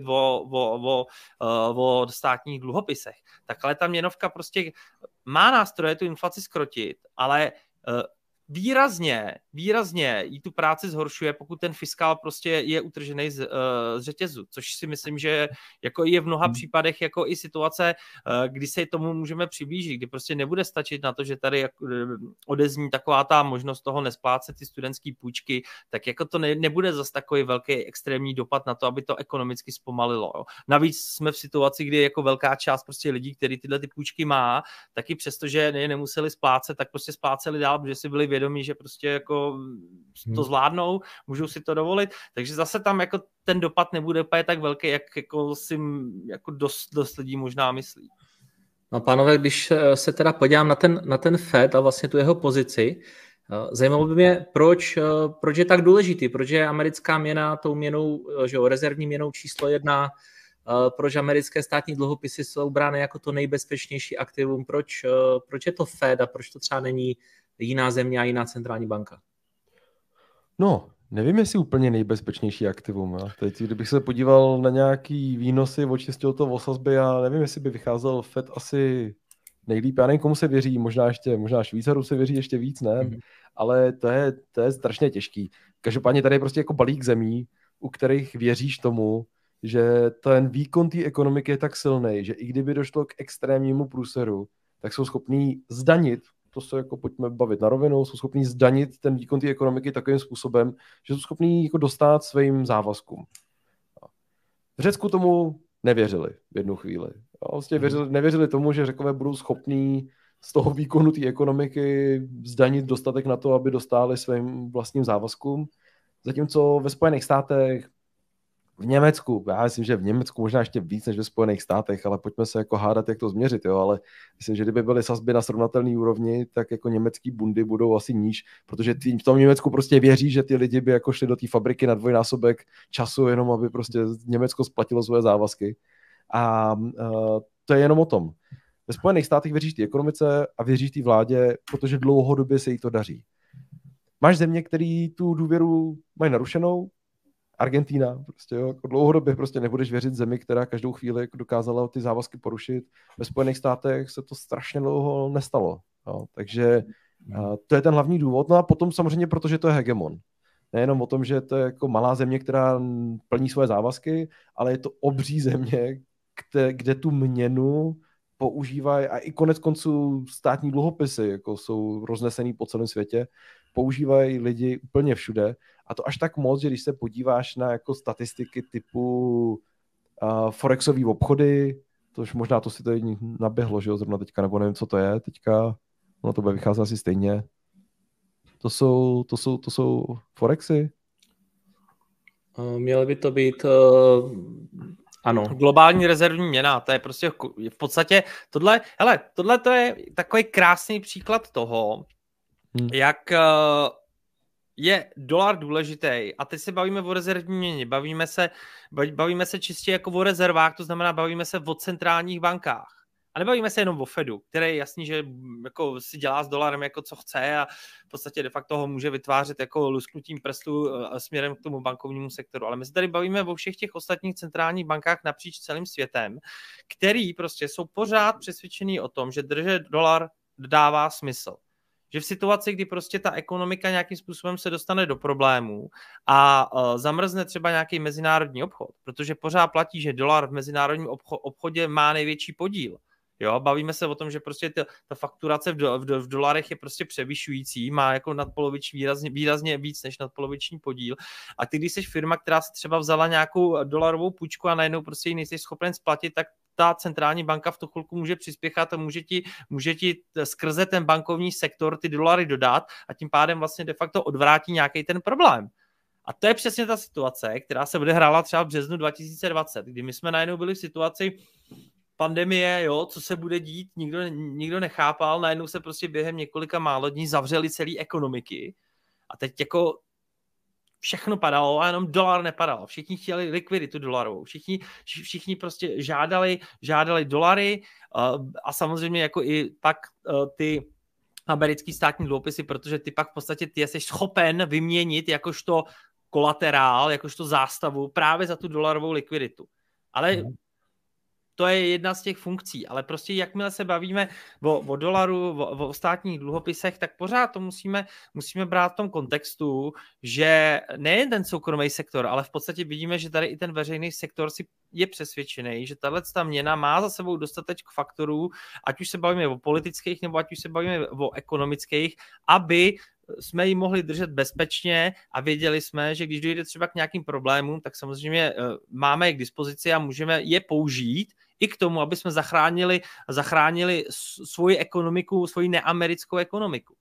o státních dluhopisech, tak ale ta měnovka prostě má nástroje tu inflaci zkrotit, ale výrazně jí tu práci zhoršuje, pokud ten fiskál prostě je utržený z řetězu, což si myslím, že jako je v mnoha případech jako i situace, kdy se tomu můžeme přiblížit, kdy prostě nebude stačit na to, že tady odezní taková ta možnost toho nesplácet ty studentské půjčky, tak jako to nebude zas takový velký extrémní dopad na to, aby to ekonomicky zpomalilo. Jo. Navíc jsme v situaci, kdy jako velká část prostě lidí, kteří tyhle ty půjčky má, taky přesto, že nemuseli splácet, tak prostě spláceli dál, protože si byli vědomí, že prostě jako to zvládnou, můžou si to dovolit, takže zase tam jako ten dopad nebude úplně tak velký, jak jako si jako dost lidí možná myslí. No pánové, když se teda podívám na ten Fed a vlastně tu jeho pozici, zajímalo by mě, proč je tak důležitý, proč je americká měna tou měnou, že rezervní měnou číslo 1, proč americké státní dluhopisy jsou brány jako to nejbezpečnější aktivum, proč je to Fed a proč to třeba není jiná země a jiná centrální banka? No, nevím, jestli úplně nejbezpečnější aktivum. Já. Teď, kdybych se podíval na nějaký výnosy, očistil to o sazby, já nevím, jestli by vycházel Fed asi nejlíp. Já nevím, komu se věří, možná Švýcarů se věří ještě víc, ne? Ale to je strašně těžký. Každopádně tady je prostě jako balík zemí, u kterých věříš tomu, že ten výkon té ekonomiky je tak silný, že i kdyby došlo k extrémnímu průseru, tak jsou schopní zdanit, to se jako pojďme bavit na rovinu, jsou schopní zdanit ten výkon té ekonomiky takovým způsobem, že jsou schopní jako dostát svým závazkům. V Řecku tomu nevěřili v jednu chvíli. Vlastně nevěřili tomu, že Řekové budou schopní z toho výkonu té ekonomiky zdanit dostatek na to, aby dostali svým vlastním závazkům. Zatímco ve Spojených státech, v Německu, já myslím, že v Německu možná ještě víc než ve Spojených státech, ale pojďme se jako hádat, jak to změřit, jo, ale myslím, že kdyby byly sazby na srovnatelné úrovni, tak jako německý bundy budou asi níž, protože v tom Německu prostě věří, že ty lidi by jako šli do té fabriky na dvojnásobek času, jenom aby prostě Německo splatilo svoje závazky. A to je jenom o tom. Ve Spojených státech věříš té ekonomice a věříš té vládě, protože dlouhodobě se jí to daří. Máš země, které tu důvěru mají narušenou, Argentína, prostě jo, jako dlouhodobě prostě nebudeš věřit zemi, která každou chvíli dokázala ty závazky porušit. Ve Spojených státech se to strašně dlouho nestalo. Jo, takže to je ten hlavní důvod. No a potom samozřejmě, protože to je hegemon. Nejenom o tom, že to je jako malá země, která plní svoje závazky, ale je to obří země, kde tu měnu používají, a i konec konců státní dluhopisy, jako jsou roznesený po celém světě, používají lidi úplně všude. A to až tak moc, že když se podíváš na jako statistiky typu forexový obchody, tož možná to si to naběhlo, že jo, zrovna teďka, nebo nevím, co to je teďka, no to bude vycházet asi stejně. To jsou forexy? Měly by to být, ano. Globální rezervní měna, to je prostě v podstatě tohle to je takový krásný příklad toho, jak je dolar důležitý. A teď se bavíme o rezervní měně, bavíme se čistě jako o rezervách, to znamená bavíme se o centrálních bankách. A nebavíme se jenom o Fedu, který je jasný, že jako si dělá s dolarem jako co chce a v podstatě de facto ho může vytvářet jako lusknutím prstu směrem k tomu bankovnímu sektoru. Ale my se tady bavíme o všech těch ostatních centrálních bankách napříč celým světem, který prostě jsou pořád přesvědčený o tom, že držet dolar dává smysl. Že v situaci, kdy prostě ta ekonomika nějakým způsobem se dostane do problémů a zamrzne třeba nějaký mezinárodní obchod, protože pořád platí, že dolar v mezinárodním obchodě má největší podíl. Jo, bavíme se o tom, že prostě ta fakturace v dolarech je prostě převyšující, má jako nadpoloviční, výrazně víc než nadpoloviční podíl. A ty, když jsi firma, která si třeba vzala nějakou dolarovou půjčku a najednou prostě ji nejsi schopen splatit, tak ta centrální banka v tu chvilku může přispěchat a může ti skrze ten bankovní sektor ty dolary dodat a tím pádem vlastně de facto odvrátí nějaký ten problém. A to je přesně ta situace, která se odehrála třeba v březnu 2020, kdy my jsme najednou byli v situaci pandemie, jo, co se bude dít, nikdo nechápal, najednou se prostě během několika málo dní zavřely celé ekonomiky a teď jako všechno padalo a jenom dolar nepadal. Všichni chtěli likviditu dolarovou, všichni prostě žádali dolary a samozřejmě jako i pak ty americký státní dluhopisy, protože ty pak v podstatě ty jsi schopen vyměnit jakožto kolaterál, jakožto zástavu právě za tu dolarovou likviditu. Ale to je jedna z těch funkcí, ale prostě jakmile se bavíme o dolaru, o státních dluhopisech, tak pořád to musíme brát v tom kontextu, že nejen ten soukromý sektor, ale v podstatě vidíme, že tady i ten veřejný sektor si je přesvědčený, že tato měna má za sebou dostatek faktorů, ať už se bavíme o politických, nebo ať už se bavíme o ekonomických, aby jsme ji mohli držet bezpečně a věděli jsme, že když dojde třeba k nějakým problémům, tak samozřejmě máme je k dispozici a můžeme je použít i k tomu, aby jsme zachránili svoji ekonomiku, svoji neamerickou ekonomiku.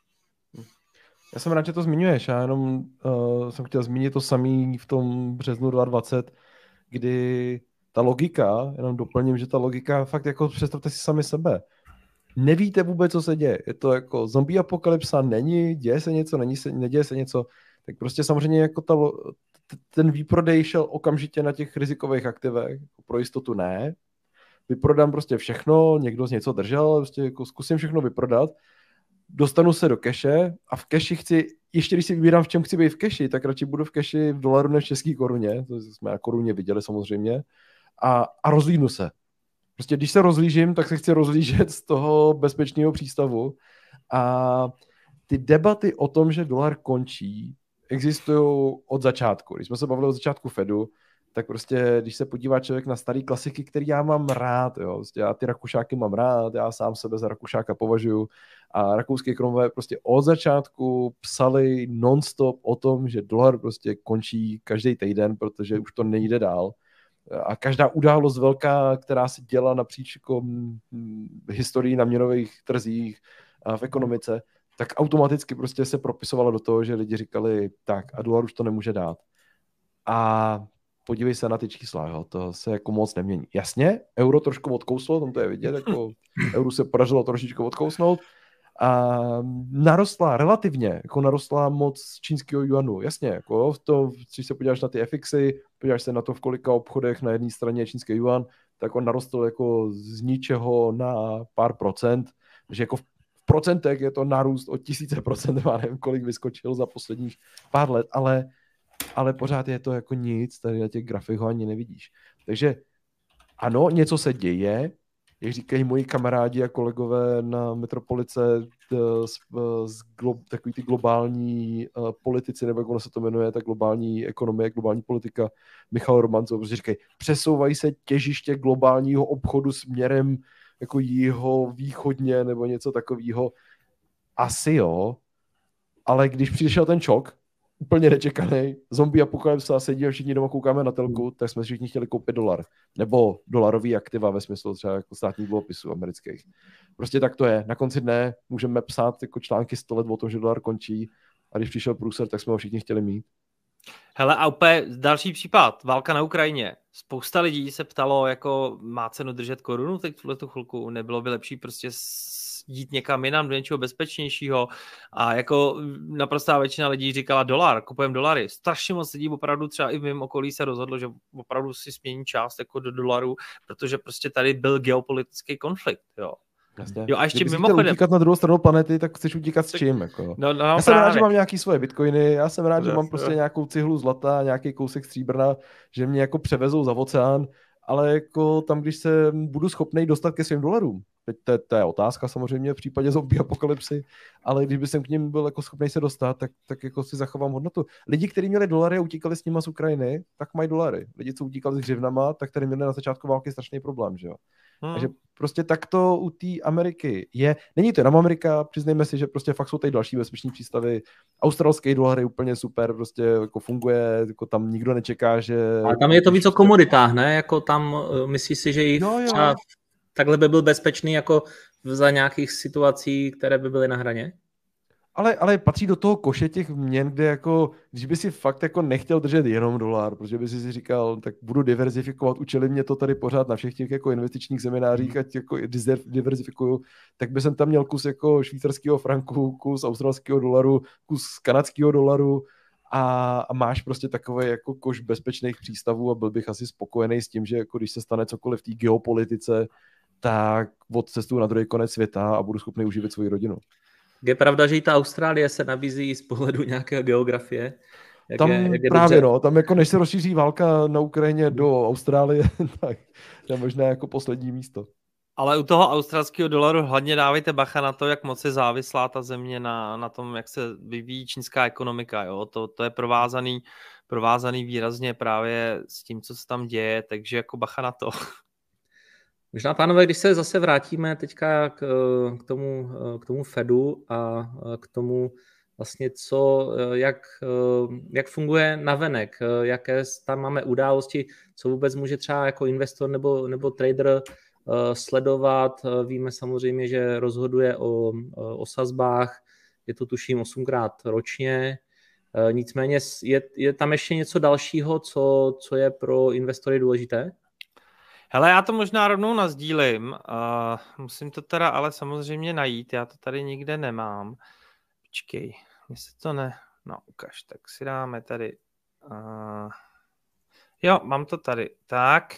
Já jsem rád, že to zmiňuješ. Já jenom jsem chtěl zmínit to samý v tom březnu 2020, kdy ta logika, jenom doplním, že ta logika fakt jako představte si sami sebe. Nevíte vůbec, co se děje. Je to jako zombie apokalypsa, děje se něco, neděje se něco. Tak prostě samozřejmě jako ten výprodej šel okamžitě na těch rizikových aktivech. Pro jistotu ne. Vyprodám prostě všechno, někdo z něco držel, prostě jako zkusím všechno vyprodat, dostanu se do keše a v keši ještě když si vybírám, v čem chci být v keši, tak radši budu v keši v dolaru než v české koruně, to jsme na koruně viděli samozřejmě, a rozlídnu se. Prostě když se rozlížím, tak se chci rozlížet z toho bezpečného přístavu a ty debaty o tom, že dolar končí, existují od začátku. Když jsme se bavili od začátku Fedu, tak prostě, když se podívá člověk na starý klasiky, který já mám rád, jo, prostě já ty Rakušáky mám rád, já sám sebe za Rakušáka považuji a rakouské ekonomové prostě od začátku psali non-stop o tom, že dolar prostě končí každý týden, protože už to nejde dál. A každá událost velká, která se děla napříč jako historii na měnových trzích a v ekonomice, tak automaticky prostě se propisovalo do toho, že lidi říkali, tak a dolar už to nemůže dát. A podívej se na ty čísla, jo, to se jako moc nemění. Jasně, euro trošku odkouslo, tam to je vidět, jako euro se podařilo trošičku odkousnout a narostla moc čínského juanu, jasně, jako když se podíváš na ty FXy, podíváš se na to, v kolika obchodech na jedné straně je čínský juan, tak on narostl jako z ničeho na pár procent, že jako v procentech je to nárůst o 1000%, já nevím, kolik vyskočil za posledních pár let, ale pořád je to jako nic, tady na těch grafech ho ani nevidíš. Takže ano, něco se děje, jak říkají moji kamarádi a kolegové na Metropolice, takový ty globální politici, nebo jak ono se to jmenuje, ta globální ekonomie, globální politika, Michal Romancov, prostě říkají, přesouvají se těžiště globálního obchodu směrem jako jihovýchodně nebo něco takového. Asi jo, ale když přišel ten šok, úplně nečekaný, zombie apokalypsa, sedíme všichni doma, koukáme na telku, tak jsme všichni chtěli koupit dolar. Nebo dolarový aktiva ve smyslu třeba jako státních dluhopisů amerických. Prostě tak to je. Na konci dne můžeme psát jako články 100 let o tom, že dolar končí a když přišel průser, tak jsme ho všichni chtěli mít. Hele, a úplně další případ, válka na Ukrajině. Spousta lidí se ptalo, jako má cenu držet korunu teď v tuhletu chvilku, nebylo by lepší prostě jít někam jinam, do něčeho bezpečnějšího a jako naprostá většina lidí říkala dolar, kupujeme dolary. Strašně moc lidí opravdu třeba i v mém okolí se rozhodlo, že opravdu si smění část jako do dolaru, protože prostě tady byl geopolitický konflikt, jo. Jasně. Jo, a ještě kdyby mimochodem... utíkat na druhou stranu planety, tak chceš utíkat s čím? Jako? Já jsem rád, že mám nějaký svoje bitcoiny, já jsem rád, že mám prostě nějakou cihlu zlata, nějaký kousek stříbrna, že mě jako převezou za oceán, ale jako tam, když se budu schopnej dostat ke svým dolarům, teď to je otázka samozřejmě v případě zombie apokalypsy, ale když by jsem k ním byl jako schopný se dostat, tak jako si zachovám hodnotu. Lidi, kteří měli dolary a utíkali s nima z Ukrajiny, tak mají dolary. Lidi, co utíkali s hřivnama, tak tady měli na začátku války strašný problém, že jo. Takže prostě takto u té Ameriky je. Není to jenom Amerika, přiznejme si, že prostě fakt jsou tady další bezpeční přístavy. Australský dolar je úplně super, prostě jako funguje, jako tam nikdo nečeká, že... Ale tam je to víc o komoditách, ne? Jako tam myslíš si, že třeba takhle by byl bezpečný jako za nějakých situací, které by byly na hraně? Ale patří do toho koše těch měn, kde jako, když by si fakt jako nechtěl držet jenom dolar, protože by si říkal, tak budu diverzifikovat, učili mě to tady pořád na všech těch jako investičních seminářích, ať jako diverzifikuju, tak by jsem tam měl kus jako švýcarského franku, kus australského dolaru, kus kanadského dolaru a máš prostě takový jako koš bezpečných přístavů a byl bych asi spokojený s tím, že jako když se stane cokoliv v té geopolitice, tak odcestuju na druhý konec světa a budu schopný uživit svoji rodinu. Je pravda, že i ta Austrálie se nabízí z pohledu nějaké geografie. Tam právě dobře... tam jako než se rozšíří válka na Ukrajině do Austrálie, tak to je možná jako poslední místo. Ale u toho australského dolaru hlavně dávejte bacha na to, jak moc je závislá ta země na tom, jak se vyvíjí čínská ekonomika. Jo? To je provázaný výrazně právě s tím, co se tam děje, takže jako bacha na to. Možná, pánové, když se zase vrátíme teďka k tomu Fedu a k tomu vlastně, jak funguje navenek, jaké tam máme události, co vůbec může třeba jako investor nebo trader sledovat. Víme samozřejmě, že rozhoduje o sazbách, je to tuším 8krát ročně. Nicméně je tam ještě něco dalšího, co je pro investory důležité? Hele, já to možná rovnou nasdílím. Musím to teda ale samozřejmě najít, já to tady nikde nemám. Počkej, mně se to ne... No, ukaž, tak si dáme tady... Jo, mám to tady. Tak.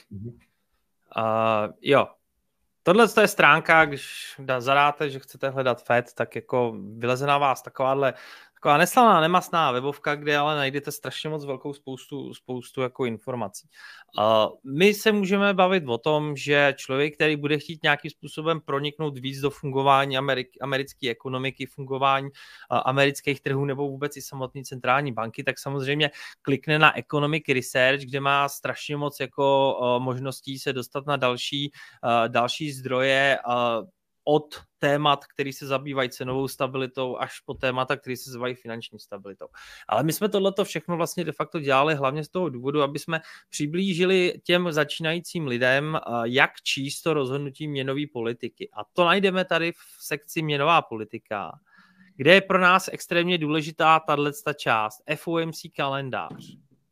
Jo. Tohle je stránka, když zadáte, že chcete hledat Fed, tak jako vyleze na vás taková neslaná, nemastná webovka, kde ale najdete strašně moc velkou spoustu jako informací. My se můžeme bavit o tom, že člověk, který bude chtít nějakým způsobem proniknout víc do fungování americké ekonomiky, fungování amerických trhů nebo vůbec i samotné centrální banky, tak samozřejmě klikne na Economic Research, kde má strašně moc jako možností se dostat na další zdroje od témat, který se zabývají cenovou stabilitou, až po témata, který se zabývají finanční stabilitou. Ale my jsme tohleto všechno vlastně de facto dělali hlavně z toho důvodu, aby jsme přiblížili těm začínajícím lidem, jak číst to rozhodnutí měnové politiky. A to najdeme tady v sekci měnová politika, kde je pro nás extrémně důležitá tato část, FOMC kalendář.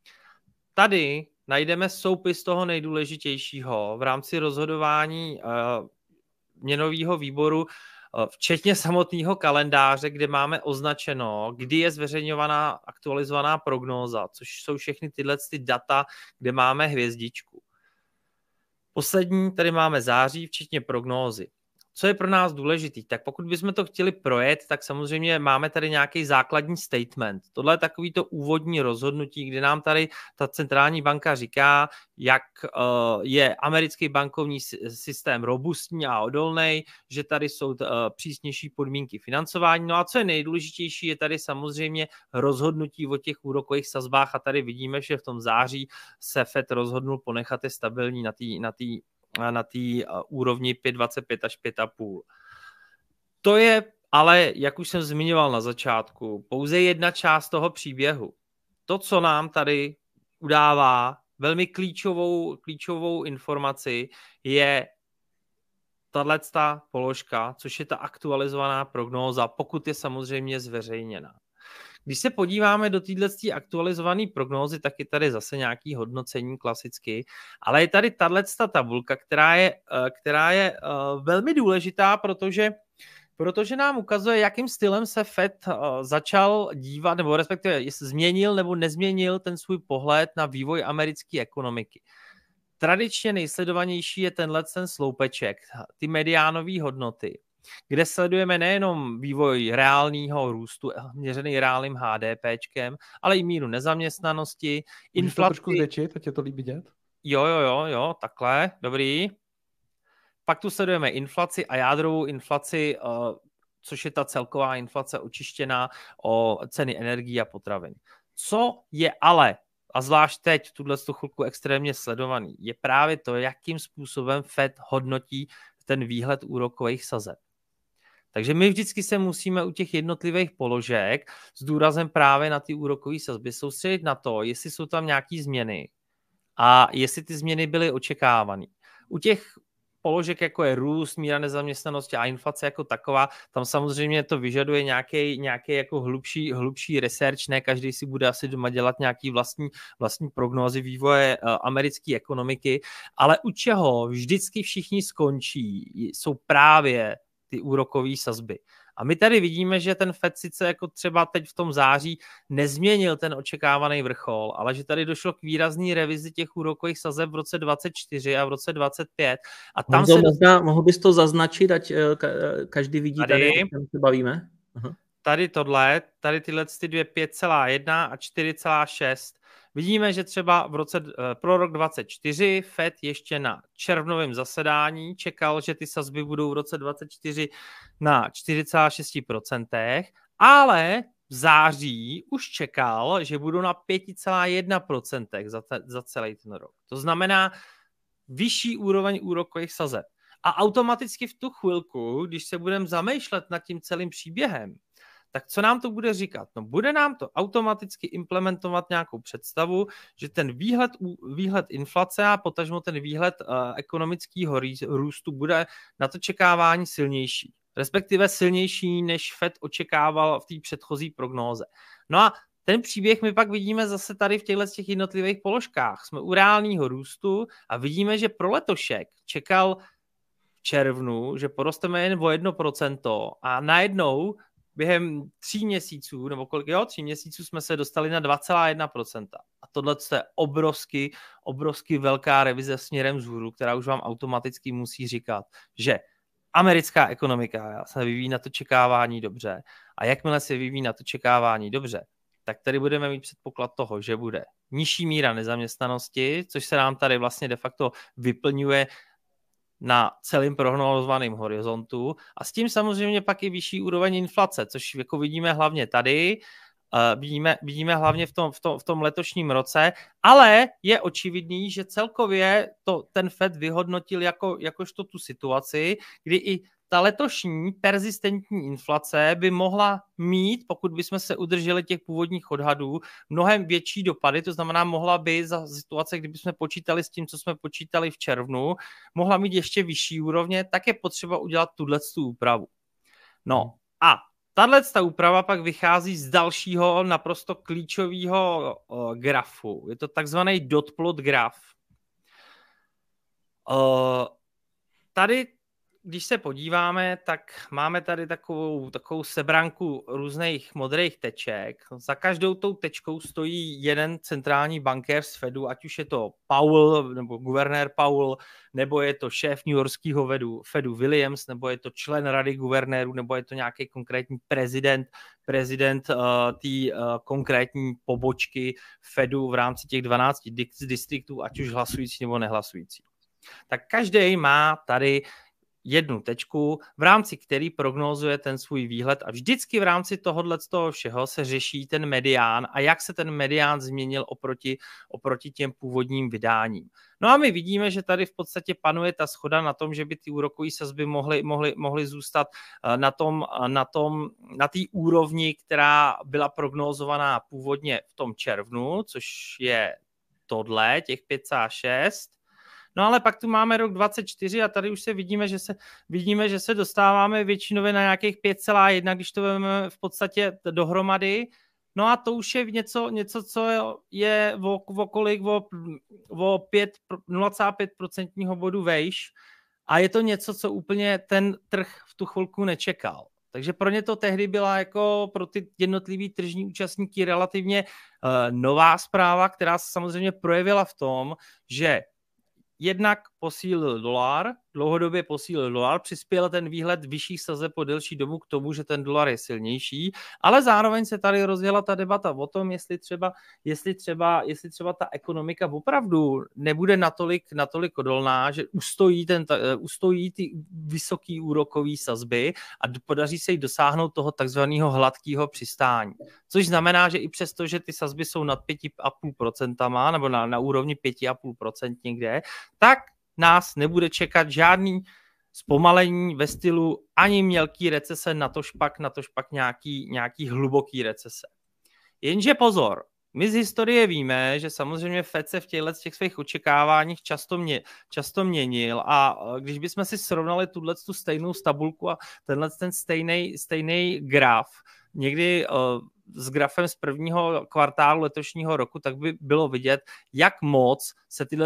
Tady najdeme soupis toho nejdůležitějšího v rámci rozhodování měnového výboru, včetně samotného kalendáře, kde máme označeno, kdy je zveřejňovaná aktualizovaná prognóza, což jsou všechny tyhle data, kde máme hvězdičku. Poslední tady máme září, včetně prognózy. Co je pro nás důležitý? Tak pokud bychom to chtěli projet, tak samozřejmě máme tady nějaký základní statement. Tohle je takovýto úvodní rozhodnutí, kde nám tady ta centrální banka říká, jak je americký bankovní systém robustní a odolný, že tady jsou přísnější podmínky financování. No a co je nejdůležitější, je tady samozřejmě rozhodnutí o těch úrokových sazbách a tady vidíme, že v tom září se Fed rozhodnul ponechat je stabilní na té úrovni 5,25 až 5,5. To je ale, jak už jsem zmiňoval na začátku, pouze jedna část toho příběhu. To, co nám tady udává velmi klíčovou informaci, je tato položka, což je ta aktualizovaná prognóza, pokud je samozřejmě zveřejněná. Když se podíváme do této aktualizované prognózy, tak je tady zase nějaké hodnocení klasicky, ale je tady tato tabulka, která je velmi důležitá, protože nám ukazuje, jakým stylem se Fed začal dívat, nebo respektive jestli změnil nebo nezměnil ten svůj pohled na vývoj americké ekonomiky. Tradičně nejsledovanější je ten sloupeček, ty mediánové hodnoty, kde sledujeme nejenom vývoj reálného růstu, měřený reálným HDPčkem, ale i míru nezaměstnanosti, inflaci. Můžeš to trošku zvětšit, ať je to líp vidět? Jo, takhle, dobrý. pak tu sledujeme inflaci a jádrovou inflaci, což je ta celková inflace očištěná o ceny energií a potravin. Co je ale, a zvlášť teď v tuhle chvilku extrémně sledovaný, je právě to, jakým způsobem Fed hodnotí ten výhled úrokových sazeb. Takže my vždycky se musíme u těch jednotlivých položek s důrazem právě na ty úrokové sazby soustředit na to, jestli jsou tam nějaké změny a jestli ty změny byly očekávané. U těch položek, jako je růst, míra nezaměstnanosti a inflace jako taková, tam samozřejmě to vyžaduje nějaký jako hlubší research, ne každý si bude asi doma dělat nějaký vlastní prognózy vývoje americké ekonomiky, ale u čeho vždycky všichni skončí, jsou právě ty úrokové sazby. A my tady vidíme, že ten Fed sice jako třeba teď v tom září nezměnil ten očekávaný vrchol, ale že tady došlo k výrazný revizi těch úrokových sazeb v roce 2024 a v roce 2025. A tam mohl bys to zaznačit, ať každý vidí tady o čem se bavíme? Aha. Tady tyhle ty dvě 5,1 a 4,6. Vidíme, že třeba pro rok 2024 Fed ještě na červnovém zasedání čekal, že ty sazby budou v roce 2024 na 4,6%, ale v září už čekal, že budou na 5,1% za celý ten rok. To znamená vyšší úroveň úrokových sazeb. A automaticky v tu chvilku, když se budeme zamýšlet nad tím celým příběhem, tak co nám to bude říkat? No, bude nám to automaticky implementovat nějakou představu, že ten výhled inflace a potažmo ten výhled ekonomického růstu bude na to čekávání silnější. Respektive silnější, než Fed očekával v té předchozí prognóze. No a ten příběh my pak vidíme zase tady v těchto jednotlivých položkách. Jsme u reálného růstu a vidíme, že pro letošek čekal v červnu, že porosteme jen o 1% a najednou během 3 měsíců, nebo 3 měsíců jsme se dostali na 2,1%. A tohle je obrovsky velká revize směrem vzhůru, která už vám automaticky musí říkat, že americká ekonomika se vyvíjí na to čekávání dobře. A jakmile se vyvíjí na to čekávání dobře, tak tady budeme mít předpoklad toho, že bude nižší míra nezaměstnanosti, což se nám tady vlastně de facto vyplňuje na celým prognózovaném horizontu a s tím samozřejmě pak i vyšší úroveň inflace, což jako vidíme hlavně tady, vidíme hlavně v tom letošním roce, ale je očividný, že celkově ten Fed vyhodnotil jakožto tu situaci, kdy i ta letošní perzistentní inflace by mohla mít, pokud bychom se udrželi těch původních odhadů, mnohem větší dopady, to znamená, mohla by za situace, kdybychom počítali s tím, co jsme počítali v červnu, mohla mít ještě vyšší úrovně, tak je potřeba udělat tuto úpravu. No a tato úprava pak vychází z dalšího naprosto klíčového grafu. Je to takzvaný dot plot graf. Tady když se podíváme, tak máme tady takovou sebranku různých modrých teček. Za každou tou tečkou stojí jeden centrální bankér z Fedu, ať už je to Powell, nebo guvernér Powell, nebo je to šéf newyorského Fedu Williams, nebo je to člen rady guvernérů, nebo je to nějaký konkrétní prezident té konkrétní pobočky Fedu v rámci těch 12 distriktů, ať už hlasující nebo nehlasující. Tak každý má tady jednu tečku, v rámci který prognózuje ten svůj výhled a vždycky v rámci tohohle z toho všeho se řeší ten medián a jak se ten medián změnil oproti těm původním vydáním. No a my vidíme, že tady v podstatě panuje ta shoda na tom, že by ty úrokové sazby mohly zůstat na té úrovni, která byla prognózovaná původně v tom červnu, což je tohle, těch 5,6. No ale pak tu máme rok 2024 a tady už se vidíme, že se dostáváme většinově na nějakých 5,1, když to vezmeme v podstatě dohromady. No a to už je něco co je o 0,5% bodu vejš a je to něco, co úplně ten trh v tu chvilku nečekal. Takže pro ně to tehdy byla jako pro ty jednotlivý tržní účastníky relativně nová zpráva, která se samozřejmě projevila v tom, že jednak posílil dolar, dlouhodobě posílil dolar, přispěl ten výhled vyšších sazeb po delší dobu k tomu, že ten dolar je silnější, ale zároveň se tady rozjela ta debata o tom, jestli třeba ta ekonomika opravdu nebude natolik odolná, že ustojí ty vysoký úrokový sazby a podaří se jí dosáhnout toho takzvaného hladkého přistání. Což znamená, že i přesto, že ty sazby jsou nad 5,5% nebo na úrovni 5,5% někde, tak nás nebude čekat žádný zpomalení ve stylu ani mělký recese, natož pak nějaký hluboký recese. Jenže pozor, my z historie víme, že samozřejmě Fed se v těch svých očekáváních často měnil a když bychom si srovnali tu stejnou tabulku a ten stejný graf, někdy s grafem z prvního kvartálu letošního roku, tak by bylo vidět, jak moc se tyhle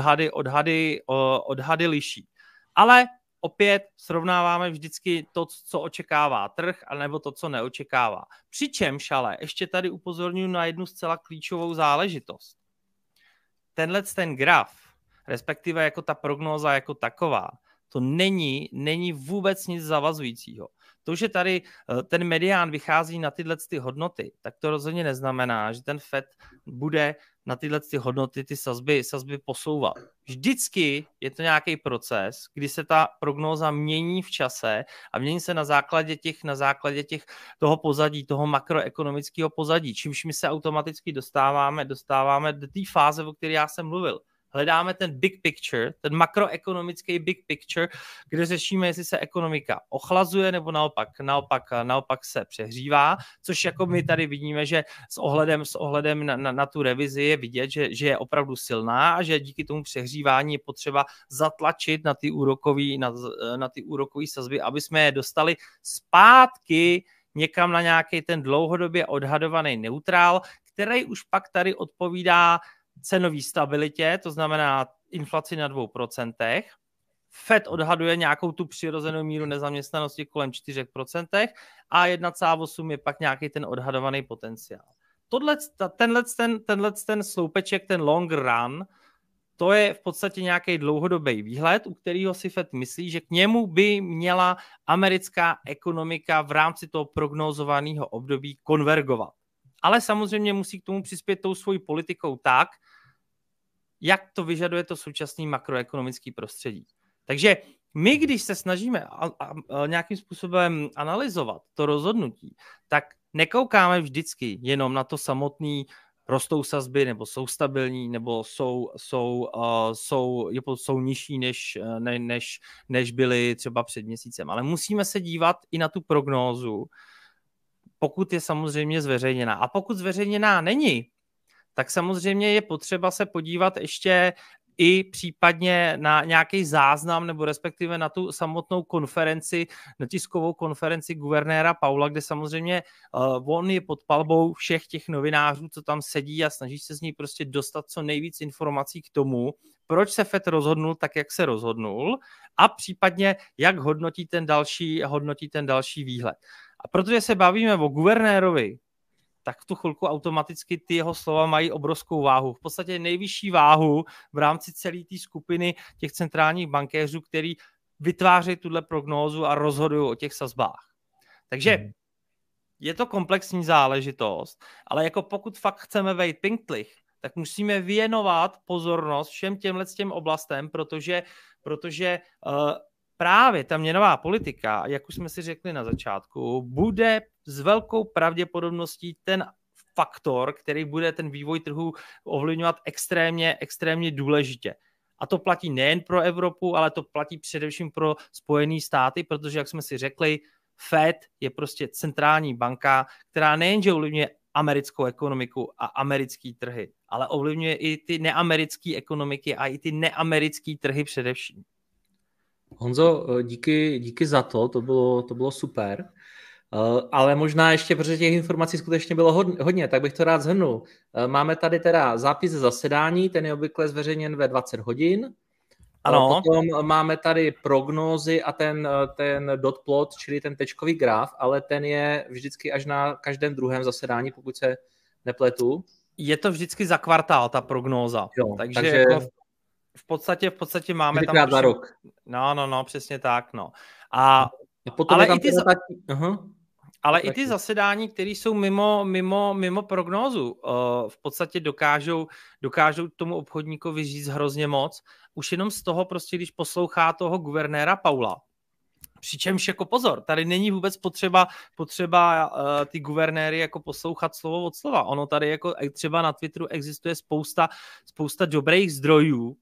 odhady liší. Ale opět srovnáváme vždycky to, co očekává trh, anebo to, co neočekává. Přičemž ale ještě tady upozorňuji na jednu zcela klíčovou záležitost. Ten graf, respektive jako ta prognóza jako taková, to není vůbec nic zavazujícího. To, že tady ten medián vychází na tyhle hodnoty, tak to rozhodně neznamená, že ten Fed bude na tyhle hodnoty, ty sazby posouvat. Vždycky je to nějaký proces, kdy se ta prognóza mění v čase a mění se na základě toho pozadí, toho makroekonomického pozadí, čímž my se automaticky dostáváme do té fáze, o které já jsem mluvil. Hledáme ten big picture, ten makroekonomický big picture, kde řešíme, jestli se ekonomika ochlazuje nebo naopak se přehřívá, což jako my tady vidíme, že s ohledem na tu revizi je vidět, že je opravdu silná a že díky tomu přehřívání je potřeba zatlačit na ty úrokový sazby, aby jsme je dostali zpátky někam na nějaký ten dlouhodobě odhadovaný neutrál, který už pak tady odpovídá cenové stabilitě, to znamená inflaci na 2%. Fed odhaduje nějakou tu přirozenou míru nezaměstnanosti kolem 4% a 1,8 je pak nějaký ten odhadovaný potenciál. Tenhle sloupeček, ten long run, to je v podstatě nějaký dlouhodobý výhled, u kterého si Fed myslí, že k němu by měla americká ekonomika v rámci toho prognózovaného období konvergovat. Ale samozřejmě musí k tomu přispět tou svojí politikou tak, jak to vyžaduje to současné makroekonomické prostředí. Takže my, když se snažíme nějakým způsobem analyzovat to rozhodnutí, tak nekoukáme vždycky jenom na to samotný rostou sazby, nebo jsou stabilní, nebo jsou nižší, než byly třeba před měsícem. Ale musíme se dívat i na tu prognózu, pokud je samozřejmě zveřejněná. A pokud zveřejněná není, tak samozřejmě je potřeba se podívat ještě i případně na nějaký záznam nebo respektive na tu samotnou konferenci, na tiskovou konferenci guvernéra Powella, kde samozřejmě on je pod palbou všech těch novinářů, co tam sedí a snaží se z ní prostě dostat co nejvíc informací k tomu, proč se Fed rozhodnul tak, jak se rozhodnul a případně jak hodnotí ten další výhled. A protože se bavíme o guvernérovi, tak v tu chvilku automaticky ty jeho slova mají obrovskou váhu. V podstatě nejvyšší váhu v rámci celé té skupiny těch centrálních bankéřů, který vytvářejí tuhle prognózu a rozhodují o těch sazbách. Takže je to komplexní záležitost, ale jako pokud fakt chceme vejít pinktlich, tak musíme věnovat pozornost všem těm oblastem, protože právě ta měnová politika, jak už jsme si řekli na začátku, bude s velkou pravděpodobností ten faktor, který bude ten vývoj trhu ovlivňovat extrémně důležitě. A to platí nejen pro Evropu, ale to platí především pro Spojené státy, protože, jak jsme si řekli, Fed je prostě centrální banka, která nejenže ovlivňuje americkou ekonomiku a americké trhy, ale ovlivňuje i ty neamerické ekonomiky a i ty neamerické trhy především. Honzo, díky za to bylo super. Ale možná ještě, protože těch informací skutečně bylo hodně, tak bych to rád shrnul. Máme tady teda zápis ze zasedání, ten je obvykle zveřejněn ve 20 hodin. Ano. Potom máme tady prognózy a ten dot plot, čili ten tečkový graf, ale ten je vždycky až na každém druhém zasedání, pokud se nepletu. Je to vždycky za kvartál, ta prognóza. Jo, takže jako V podstatě máme tam... Třikrát za rok. No, přesně tak, no. A potom ale i ty... Ale i ty zasedání, které jsou mimo prognózu, v podstatě dokážou tomu obchodníkovi říct hrozně moc. Už jenom z toho prostě, když poslouchá toho guvernéra Paula. Přičemž jako pozor, tady není vůbec potřeba ty guvernéry jako poslouchat slovo od slova. Ono tady jako třeba na Twitteru existuje spousta dobrých zdrojů,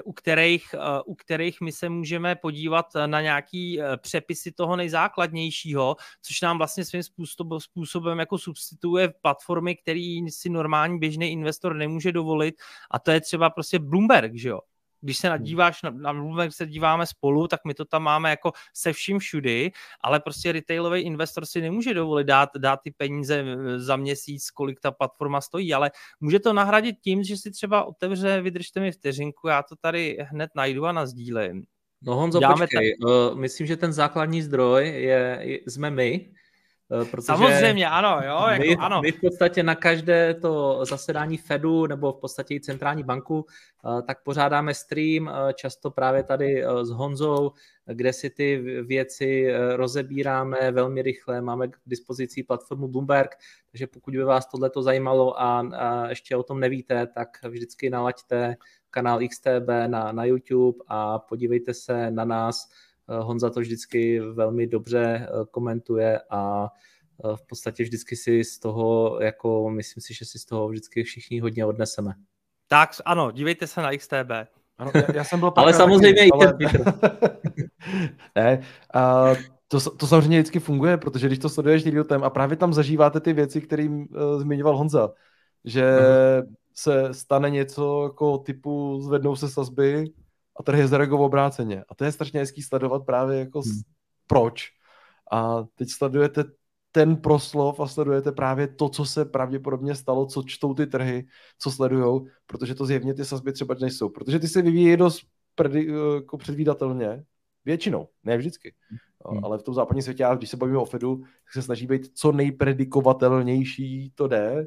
u kterých my se můžeme podívat na nějaký přepisy toho nejzákladnějšího, což nám vlastně svým způsobem jako substituje platformy, který si normální běžný investor nemůže dovolit, a to je třeba prostě Bloomberg, že jo? Když se nadíváš na Bloomberg, se díváme spolu, tak my to tam máme jako se vším všudy, ale prostě retailový investor si nemůže dovolit dát ty peníze za měsíc, kolik ta platforma stojí, ale může to nahradit tím, že si třeba otevře, vydržte mi vteřinku, já to tady hned najdu a nazdílím. No Honzo, počkej, myslím, že ten základní zdroj jsme my. Samozřejmě, ano, jo. Ano. My v podstatě na každé to zasedání Fedu nebo v podstatě i centrální banku, tak pořádáme stream, často právě tady s Honzou, kde si ty věci rozebíráme velmi rychle. Máme k dispozici platformu Bloomberg, takže pokud by vás tohleto zajímalo a ještě o tom nevíte, tak vždycky nalaďte kanál XTB na YouTube a podívejte se na nás. Honza to vždycky velmi dobře komentuje a v podstatě vždycky si z toho, jako myslím si, že si z toho vždycky všichni hodně odneseme. Tak ano, dívejte se na XTB. Ano, já jsem byl ale samozřejmě taky, i ten Twitter. Ne, to samozřejmě vždycky funguje, protože když to sleduješ real time a právě tam zažíváte ty věci, které zmiňoval Honza, že se stane něco jako typu zvednou se sazby a trhy zareagují obráceně. A to je strašně hezký sledovat právě jako proč. A teď sledujete ten proslov a sledujete právě to, co se pravděpodobně stalo, co čtou ty trhy, co sledujou, protože to zjevně ty sazby třeba nejsou. Protože ty se vyvíjí dost jako předvídatelně, většinou, ne vždycky. Ale v tom západním světě, když se bavíme o Fedu, tak se snaží být co nejpredikovatelnější to jde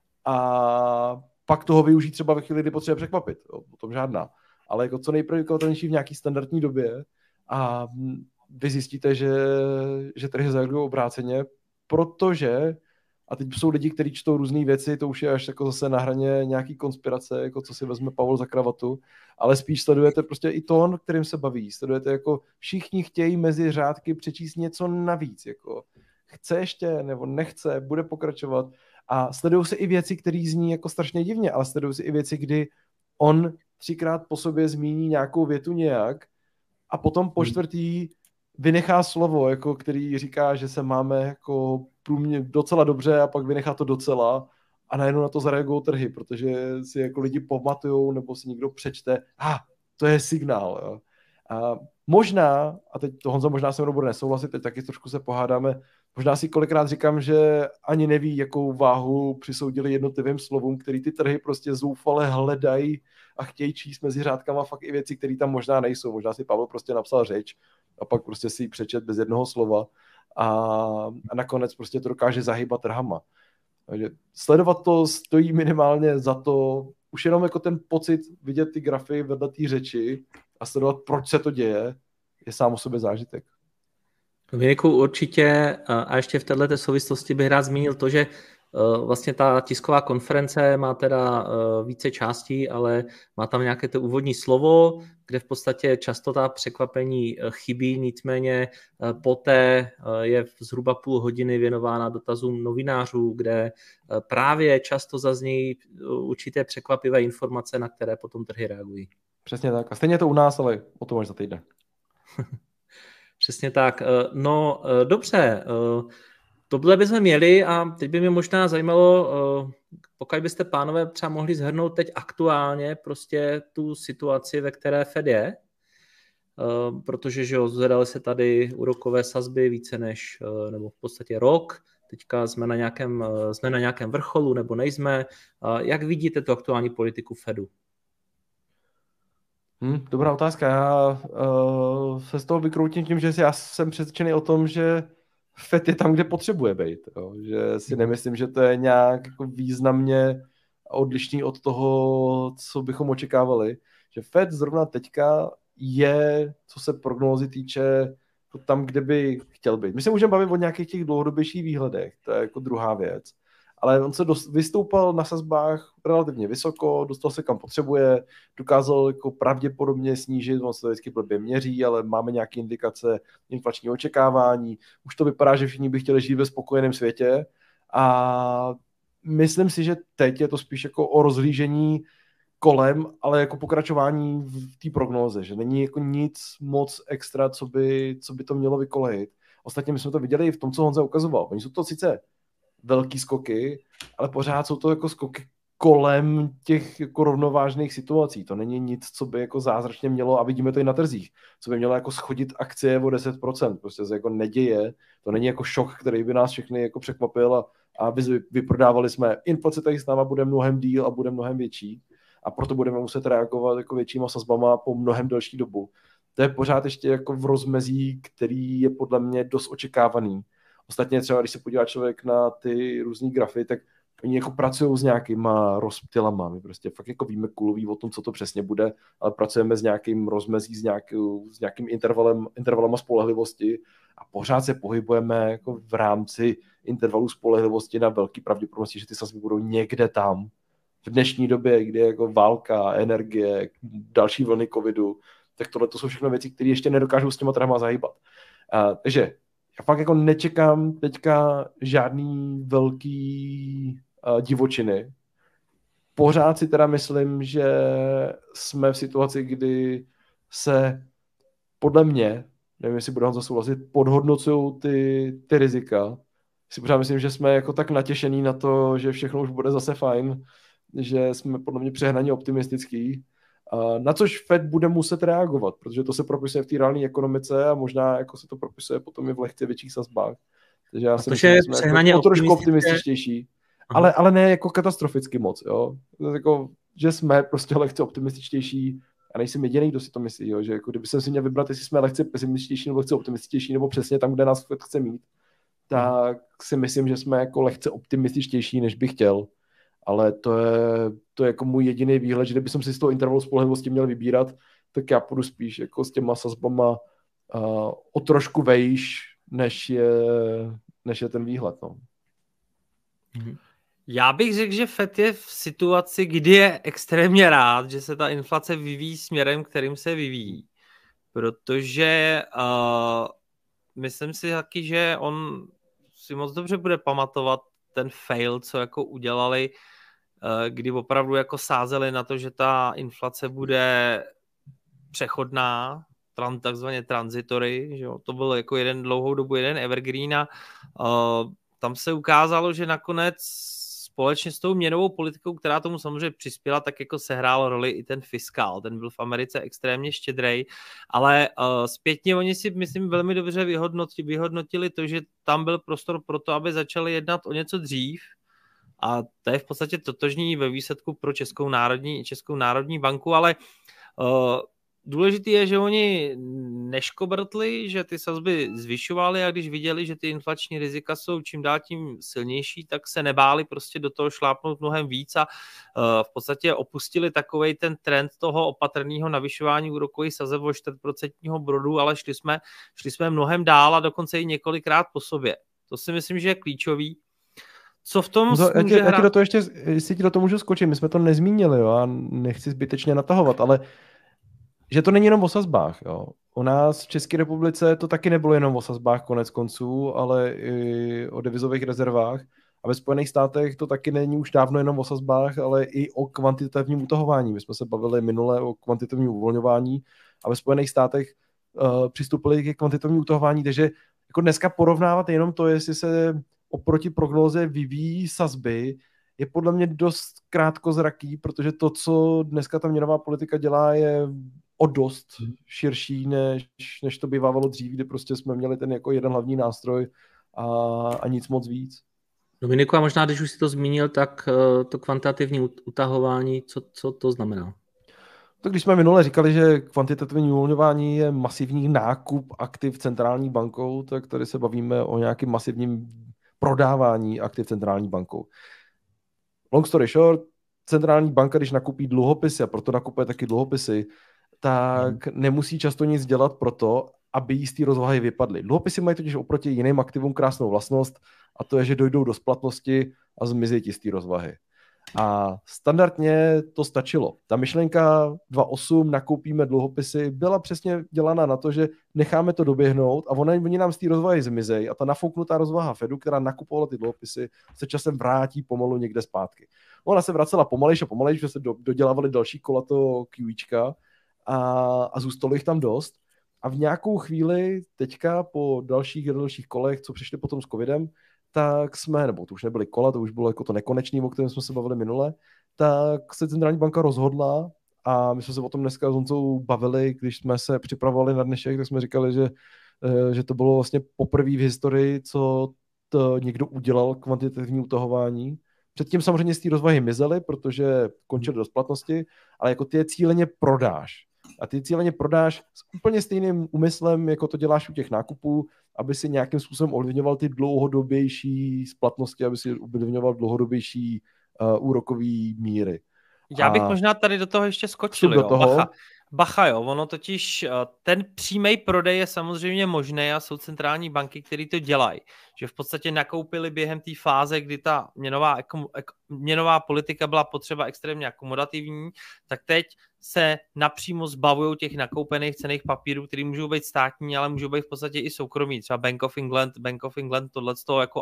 a pak toho využít třeba ve chvíli, kdy potřebuje překvapit. O tom žádná. Ale jako co nejpredikovatelnější v nějaký standardní době a vy zjistíte, že trhy zareagují obráceně, protože, a teď jsou lidi, kteří čtou různé věci, to už je až jako zase na hraně nějaký konspirace, jako co si vezme Pavel za kravatu, ale spíš sledujete prostě i tón, kterým se baví. Sledujete jako všichni chtějí mezi řádky přečíst něco navíc, jako chce ještě nebo nechce, bude pokračovat a sledují se i věci, které zní jako strašně divně, ale sledují se i věci, kdy on 3krát po sobě zmíní nějakou větu nějak a potom po čtvrtý vynechá slovo, jako který říká, že se máme jako docela dobře a pak vynechá to docela a najednou na to zareagují trhy, protože si jako lidi pamatujou nebo si někdo přečte, to je signál. Jo. A možná, a teď to Honza možná se mnou bude nesouhlasit, teď taky trošku se pohádáme, možná si kolikrát říkám, že ani neví, jakou váhu přisoudili jednotlivým slovům, který ty trhy prostě zoufale hledají a chtějí číst mezi řádkama fakt i věci, které tam možná nejsou. Možná si Pavel prostě napsal řeč a pak prostě si ji přečet bez jednoho slova a nakonec prostě to dokáže zahýbat trhama. Takže sledovat to stojí minimálně za to, už jenom jako ten pocit vidět ty grafy vedle té řeči a sledovat, proč se to děje, je sám o sobě zážitek. Dominiku, určitě a ještě v této souvislosti bych rád zmínil to, že vlastně ta tisková konference má teda více částí, ale má tam nějaké to úvodní slovo, kde v podstatě často ta překvapení chybí, nicméně poté je zhruba půl hodiny věnována dotazům novinářů, kde právě často zazní určité překvapivé informace, na které potom trhy reagují. Přesně tak. A stejně je to u nás, ale o tom až za týden. Přesně tak. No dobře, tohle bychom měli a teď by mě možná zajímalo, pokud byste, pánové, třeba mohli shrnout teď aktuálně prostě tu situaci, ve které Fed je, protože že zvedaly se tady úrokové sazby více než, nebo v podstatě rok, teďka jsme na nějakém vrcholu nebo nejsme. Jak vidíte tu aktuální politiku Fedu? Dobrá otázka. Já se z toho vykroutím tím, že já jsem přesvědčený o tom, že Fed je tam, kde potřebuje být. Jo. Že si nemyslím, že to je nějak jako významně odlišný od toho, co bychom očekávali. Že Fed zrovna teďka je, co se prognózy týče, tam, kde by chtěl být. My se můžeme bavit o nějakých těch dlouhodobějších výhledech, to je jako druhá věc. Ale on se vystoupal na sazbách relativně vysoko, dostal se kam potřebuje, dokázal jako pravděpodobně snížit, on se to vždycky blbě měří, ale máme nějaké indikace inflační očekávání. Už to vypadá, že všichni by chtěli žít ve spokojeném světě a myslím si, že teď je to spíš jako o rozhlížení kolem, ale jako pokračování v té prognóze, že není jako nic moc extra, co by to mělo vykolejit. Ostatně my jsme to viděli i v tom, co Honza ukazoval. Oni jsou to sice velký skoky, ale pořád jsou to jako skoky kolem těch jako rovnovážných situací. To není nic, co by jako zázračně mělo, a vidíme to i na trzích, co by mělo jako schodit akcie o 10%. Prostě se jako neděje. To není jako šok, který by nás všechny jako překvapil a vyprodávali jsme. Inflace tady s náma bude mnohem díl a bude mnohem větší a proto budeme muset reagovat jako většíma sazbama po mnohem delší dobu. To je pořád ještě jako v rozmezí, který je podle mě dost očekávaný. Ostatně třeba, když se podívá člověk na ty různý grafy, tak oni jako pracují s nějakýma rozptylama. My prostě fakt jako víme kulový o tom, co to přesně bude, ale pracujeme s nějakým rozmezí, s nějakým intervalem spolehlivosti a pořád se pohybujeme jako v rámci intervalu spolehlivosti na velký pravděpodobnosti, že ty sazby budou někde tam. V dnešní době, kdy je jako válka, energie, další vlny covidu, tak tohle to jsou všechno věci, které ještě nedokážou s těma trhama zahýbat. Takže já fakt jako nečekám teďka žádný velký divočiny. Pořád si teda myslím, že jsme v situaci, kdy se podle mě, nevím, jestli bude Honza souhlasit, podhodnocují ty rizika. Si pořád myslím, že jsme jako tak natěšení na to, že všechno už bude zase fajn, že jsme podle mě přehnaně optimistický. Na což Fed bude muset reagovat, protože to se propisuje v té reálné ekonomice a možná jako se to propisuje potom i v lehce větších sazbách. Takže já si myslím, že jsme jako trošku optimističtější, ale ne jako katastroficky moc. Jo? Jako, že jsme prostě lehce optimističtější a nejsem jediný, kdo si to myslí. Jo? Že jako, kdyby jsem si měl vybrat, jestli jsme lehce pesimističtější nebo lehce optimističtější nebo přesně tam, kde nás Fed chce mít, tak si myslím, že jsme jako lehce optimističtější, než bych chtěl. Ale to je jako můj jediný výhled, že kdyby jsem si z toho intervalu spolehlivosti měl vybírat, tak já půjdu spíš jako s těma sazbama o trošku vejš, než je ten výhled. No. Já bych řekl, že Fed je v situaci, kdy je extrémně rád, že se ta inflace vyvíjí směrem, kterým se vyvíjí. Protože myslím si taky, že on si moc dobře bude pamatovat ten fail, co jako udělali, kdy opravdu jako sázeli na to, že ta inflace bude přechodná, takzvaně transitory, že jo? To byl jako dlouhou dobu jeden evergreen a tam se ukázalo, že nakonec společně s tou měnovou politikou, která tomu samozřejmě přispěla, tak jako sehrál roli i ten fiskál. Ten byl v Americe extrémně štědrej, ale zpětně oni si, myslím, velmi dobře vyhodnotili to, že tam byl prostor pro to, aby začali jednat o něco dřív, a to je v podstatě totožný ve výsledku pro Českou národní banku, ale důležitý je, že oni neškobrtli, že ty sazby zvyšovali a když viděli, že ty inflační rizika jsou čím dál tím silnější, tak se nebáli prostě do toho šlápnout mnohem víc a v podstatě opustili takovej ten trend toho opatrného navyšování úrokových sazeb o 4% bodu, ale šli jsme mnohem dál a dokonce i několikrát po sobě. To si myslím, že je klíčový. Co v tom já ti do toho ještě, jestli ti do toho můžu skočit, my jsme to nezmínili, jo, a nechci zbytečně natahovat, ale že to není jenom o sazbách. Jo. U nás v České republice to taky nebylo jenom o sazbách konec konců, ale i o devizových rezervách. A ve Spojených státech to taky není už dávno jenom o sazbách, ale i o kvantitativním utahování. My jsme se bavili minule o kvantitativním uvolňování a ve Spojených státech přistupili ke kvantitativnímu utahování, takže jako dneska porovnávat jenom to, jestli se oproti prognóze vyvíjí sazby, je podle mě dost krátkozraký, protože to, co dneska ta měnová politika dělá, je o dost širší, než to bývávalo dřív, kdy prostě jsme měli ten jako jeden hlavní nástroj a nic moc víc. Dominiku, a možná, když už si to zmínil, tak to kvantitativní utahování, co to znamená? Tak když jsme minule říkali, že kvantitativní uvolňování je masivní nákup aktiv centrální bankou, tak tady se bavíme o nějakém masivním prodávání aktiv centrální bankou. Long story short, centrální banka, když nakupí dluhopisy, a proto nakupuje taky dluhopisy, tak nemusí často nic dělat pro to, aby jí z té rozvahy vypadly. Dluhopisy mají totiž oproti jiným aktivům krásnou vlastnost, a to je, že dojdou do splatnosti a zmizí ti z té rozvahy. A standardně to stačilo. Ta myšlenka 2.8 nakoupíme dluhopisy byla přesně dělána na to, že necháme to doběhnout a oni nám z té rozvahy zmizej a ta nafouknutá rozvaha Fedu, která nakupovala ty dluhopisy, se časem vrátí pomalu někde zpátky. Ona se vracela pomalejš a pomalejš, že se dodělávali další kola toho QEčka a zůstalo jich tam dost. A v nějakou chvíli teďka po dalších kolech, co přišli potom s covidem, tak jsme, nebo to už nebyly kola, to už bylo jako to nekonečný, o kterém jsme se bavili minule, tak se centrální banka rozhodla a my jsme se o tom dneska s Honzou bavili, když jsme se připravovali na dnešek, tak jsme říkali, že to bylo vlastně poprvé v historii, co to někdo udělal kvantitativní utahování. Předtím samozřejmě z té rozvahy mizely, protože končily do splatnosti, ale jako ty je cíleně prodáš. A ty cíleně prodáš s úplně stejným úmyslem, jako to děláš u těch nákupů, aby si nějakým způsobem ovlivňoval ty dlouhodobější splatnosti, aby si ovlivňoval dlouhodobější úrokový míry. Já bych možná tady do toho ještě skočil. Do toho. Bacha, jo, ono totiž ten přímý prodej je samozřejmě možný a jsou centrální banky, které to dělají. Že v podstatě nakoupili během té fáze, kdy ta měnová politika byla potřeba extrémně akomodativní, tak teď se napřímo zbavují těch nakoupených cenných papírů, které můžou být státní, ale můžou být v podstatě i soukromí. Třeba Bank of England tohleto jako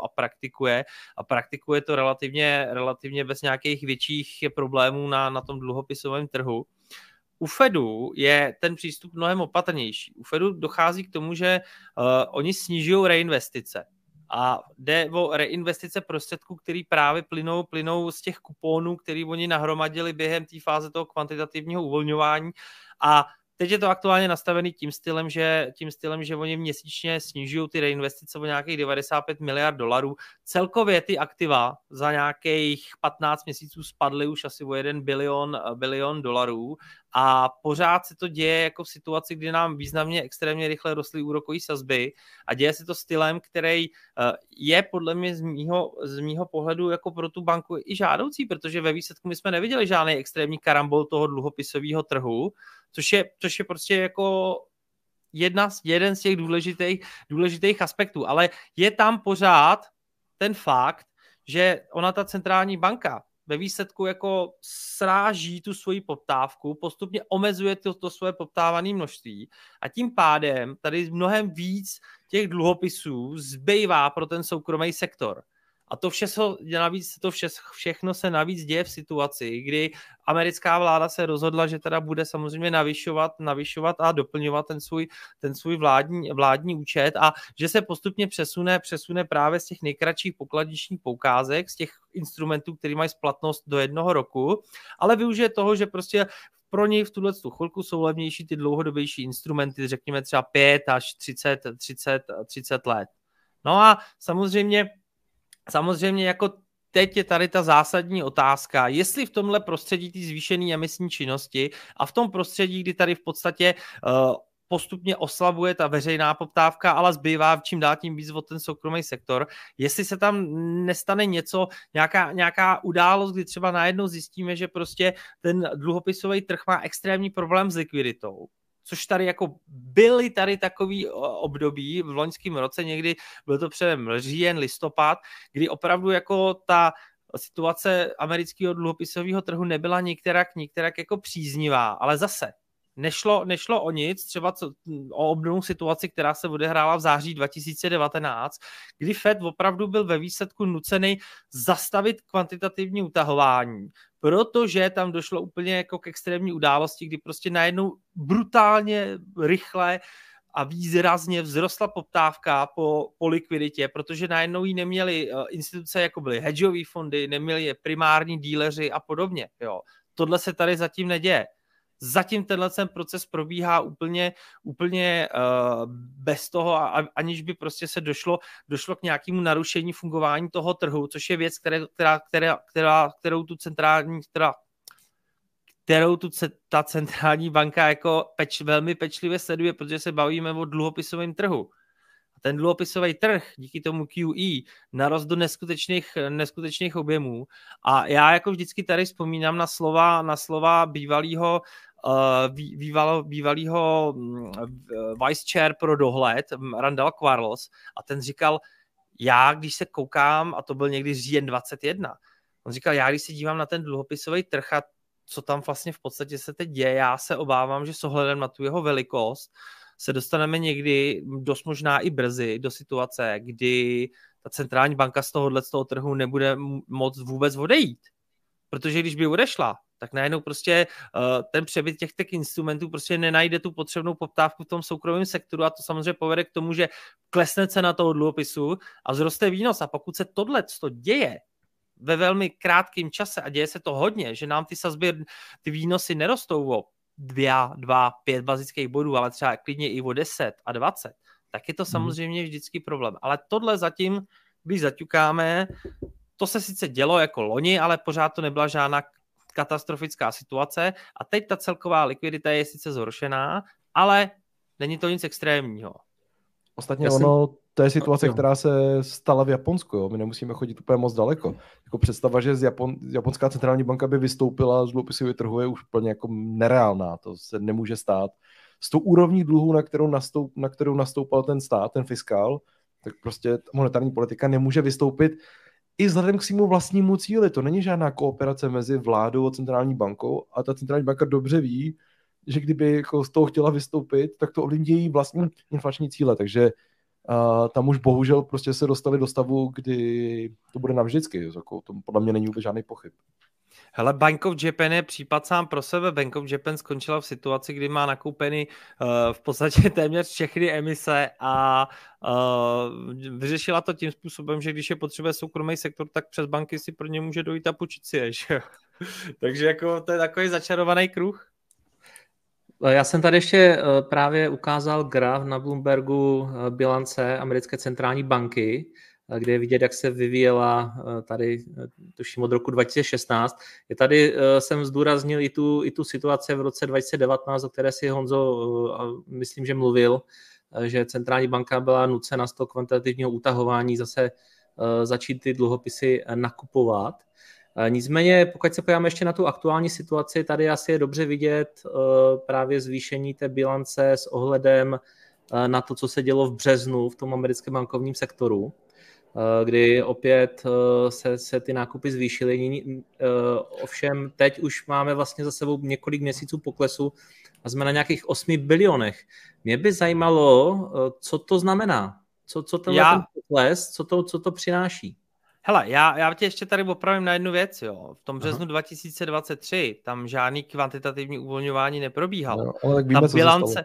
a praktikuje to relativně bez nějakých větších problémů na tom dluhopisovém trhu. U Fedu je ten přístup mnohem opatrnější. U Fedu dochází k tomu, že oni snižují reinvestice. A jde o reinvestice prostředků, které právě plynou z těch kuponů, které oni nahromadili během té fáze toho kvantitativního uvolňování. A teď je to aktuálně nastavený tím stylem, že oni měsíčně snižují ty reinvestice o nějakých 95 miliard dolarů. Celkově ty aktiva za nějakých 15 měsíců spadly už asi o 1 bilion dolarů a pořád se to děje jako v situaci, kdy nám významně extrémně rychle rostly úrokové sazby a děje se to stylem, který je podle mě z mýho pohledu jako pro tu banku i žádoucí, protože ve výsledku my jsme neviděli žádný extrémní karambol toho dluhopisového trhu, což je prostě jako jeden z těch důležitých aspektů, ale je tam pořád ten fakt, že ona ta centrální banka ve výsledku jako sráží tu svoji poptávku, postupně omezuje to svoje poptávané množství a tím pádem tady mnohem víc těch dluhopisů zbývá pro ten soukromý sektor. A to všechno se navíc děje v situaci, kdy americká vláda se rozhodla, že teda bude samozřejmě navyšovat a doplňovat ten svůj vládní účet a že se postupně přesune právě z těch nejkratších pokladničních poukázek, z těch instrumentů, které mají splatnost do 1 roku, ale využije toho, že prostě pro něj v tuhletu chvilku jsou levnější ty dlouhodobější instrumenty, řekněme třeba 5 až 30 let. No a samozřejmě jako teď je tady ta zásadní otázka, jestli v tomhle prostředí ty zvýšené emisní činnosti a v tom prostředí, kdy tady v podstatě postupně oslabuje ta veřejná poptávka, ale zbývá čím dál tím víc od ten soukromý sektor, jestli se tam nestane nějaká událost, kdy třeba najednou zjistíme, že prostě ten dluhopisový trh má extrémní problém s likviditou. Což tady jako byly tady takový období v loňském roce, někdy byl to předem říjen, listopad, kdy opravdu jako ta situace amerického dluhopisového trhu nebyla některak jako příznivá, ale zase nešlo o nic, třeba o obdobnou situaci, která se odehrála v září 2019, kdy Fed opravdu byl ve výsledku nucený zastavit kvantitativní utahování, protože tam došlo úplně jako k extrémní události, kdy prostě najednou brutálně rychle a výrazně vzrostla poptávka po likviditě, protože najednou ji neměly instituce, jako byly hedžové fondy, neměli je primární díleři a podobně. Jo. Tohle se tady zatím neděje. Zatím tenhle proces probíhá úplně bez toho, aniž by prostě se došlo k nějakému narušení fungování toho trhu, což je věc, kterou ta centrální banka jako velmi pečlivě sleduje, protože se bavíme o dluhopisovém trhu. A ten dluhopisový trh díky tomu QE narost do neskutečných objemů. A já jako vždycky tady vzpomínám na slova bývalýho vice chair pro dohled Randall Quarles, a ten říkal, já když se koukám, a to byl někdy říjen 21, on říkal, já když se dívám na ten dluhopisový trh a co tam vlastně v podstatě se teď děje, já se obávám, že s ohledem na tu jeho velikost se dostaneme někdy, dost možná i brzy, do situace, kdy ta centrální banka z toho trhu nebude moc vůbec odejít. Protože když by odešla, tak najednou prostě ten přebyt těch instrumentů prostě nenajde tu potřebnou poptávku v tom soukromém sektoru a to samozřejmě povede k tomu, že klesne cena toho dluhopisu a vzroste výnos. A pokud se tohle děje ve velmi krátkém čase a děje se to hodně, že nám ty sazby, ty výnosy nerostou o 2, 5 bazických bodů, ale třeba klidně i o 10 a 20, tak je to samozřejmě vždycky problém. Ale tohle zatím, když zaťukáme, to se sice dělo jako loni, ale pořád to nebyla žádná katastrofická situace a teď ta celková likvidita je sice zhoršená, ale není to nic extrémního. Ostatně to je situace, která se stala v Japonsku. Jo? My nemusíme chodit úplně moc daleko. Jako představa, že japonská centrální banka by vystoupila z dluhopisového trhu je už úplně jako nereálná. To se nemůže stát. S tou úrovní dluhu, na kterou nastoupal ten stát, ten fiskál, tak prostě monetární politika nemůže vystoupit i vzhledem k svému vlastnímu cíli. To není žádná kooperace mezi vládou a centrální bankou a ta centrální banka dobře ví, že kdyby jako z toho chtěla vystoupit, tak to ovlivní její vlastní inflační cíle. Takže tam už bohužel prostě se dostali do stavu, kdy to bude navždycky. Jako, to podle mě není vůbec žádný pochyb. Hele, Bank of Japan je případ sám pro sebe. Bank of Japan skončila v situaci, kdy má nakoupeny v podstatě téměř všechny emise a vyřešila to tím způsobem, že když je potřebuje soukromý sektor, tak přes banky si pro ně může dojít a půjčit si je. Takže jako to je takový začarovaný kruh. Já jsem tady ještě právě ukázal graf na Bloombergu bilance americké centrální banky, kde je vidět, jak se vyvíjela tady, tuším od roku 2016. Tady jsem zdůraznil i tu situaci v roce 2019, o které si Honzo, myslím, že mluvil, že centrální banka byla nucena z toho kvantitativního utahování zase začít ty dluhopisy nakupovat. Nicméně, pokud se podíváme ještě na tu aktuální situaci, tady asi je dobře vidět právě zvýšení té bilance s ohledem na to, co se dělo v březnu v tom americkém bankovním sektoru, kdy opět se ty nákupy zvýšily. Ovšem teď už máme vlastně za sebou několik měsíců poklesu a jsme na nějakých 8 bilionech. Mě by zajímalo, co to znamená, co ten pokles, co to přináší. Hele, já tě ještě tady opravím na jednu věc, jo. V tom březnu 2023 tam žádný kvantitativní uvolňování neprobíhalo. No, ale tak víme,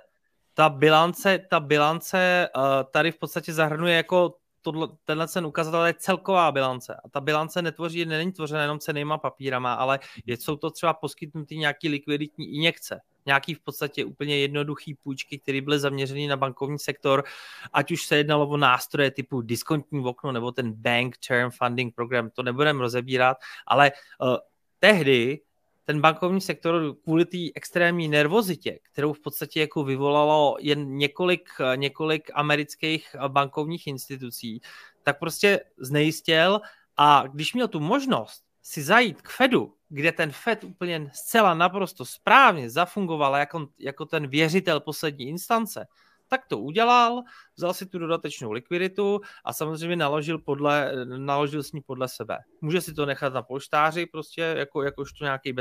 ta bilance tady v podstatě zahrnuje jako tenhle ukazatel je celková bilance. A ta bilance není tvořena jenom cennýma papírama, ale jsou to třeba poskytnutý nějaký likviditní injekce. Nějaký v podstatě úplně jednoduchý půjčky, které byly zaměřený na bankovní sektor, ať už se jednalo o nástroje typu diskontní okno nebo ten Bank Term Funding Program, to nebudeme rozebírat, ale tehdy ten bankovní sektor kvůli té extrémní nervozitě, kterou v podstatě jako vyvolalo jen několik amerických bankovních institucí, tak prostě znejistěl a když měl tu možnost si zajít k Fedu, kde ten Fed úplně zcela naprosto správně zafungoval jako ten věřitel poslední instance, tak to udělal, vzal si tu dodatečnou likviditu a samozřejmě naložil s ní podle sebe. Může si to nechat na polštáři prostě jakožto nějaký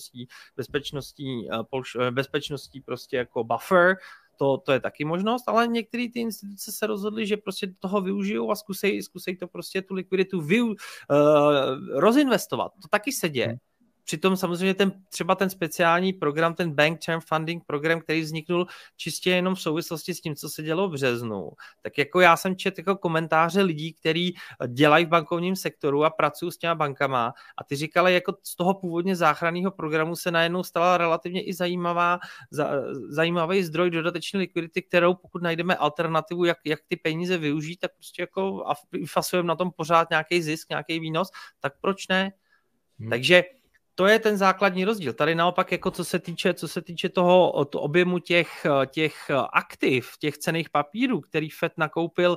bezpečnostní prostě jako buffer, to je taky možnost, ale některé ty instituce se rozhodly, že prostě toho využijou a zkusej to prostě tu likviditu rozinvestovat. To taky se děje. Přitom samozřejmě třeba ten speciální program, ten Bank Term Funding program, který vzniknul čistě jenom v souvislosti s tím, co se dělo v březnu, tak jako já jsem četl jako komentáře lidí, kteří dělají v bankovním sektoru a pracují s těma bankama a ty říkali, jako z toho původně záchranného programu se najednou stala relativně i zajímavý zdroj dodatečné likvidity, kterou pokud najdeme alternativu, jak ty peníze využít, tak prostě jako a fasujeme na tom pořád nějaký zisk, nějaký výnos, tak proč ne? Takže to je ten základní rozdíl. Tady naopak, jako co se týče toho objemu těch aktiv, těch cenných papírů, který FED nakoupil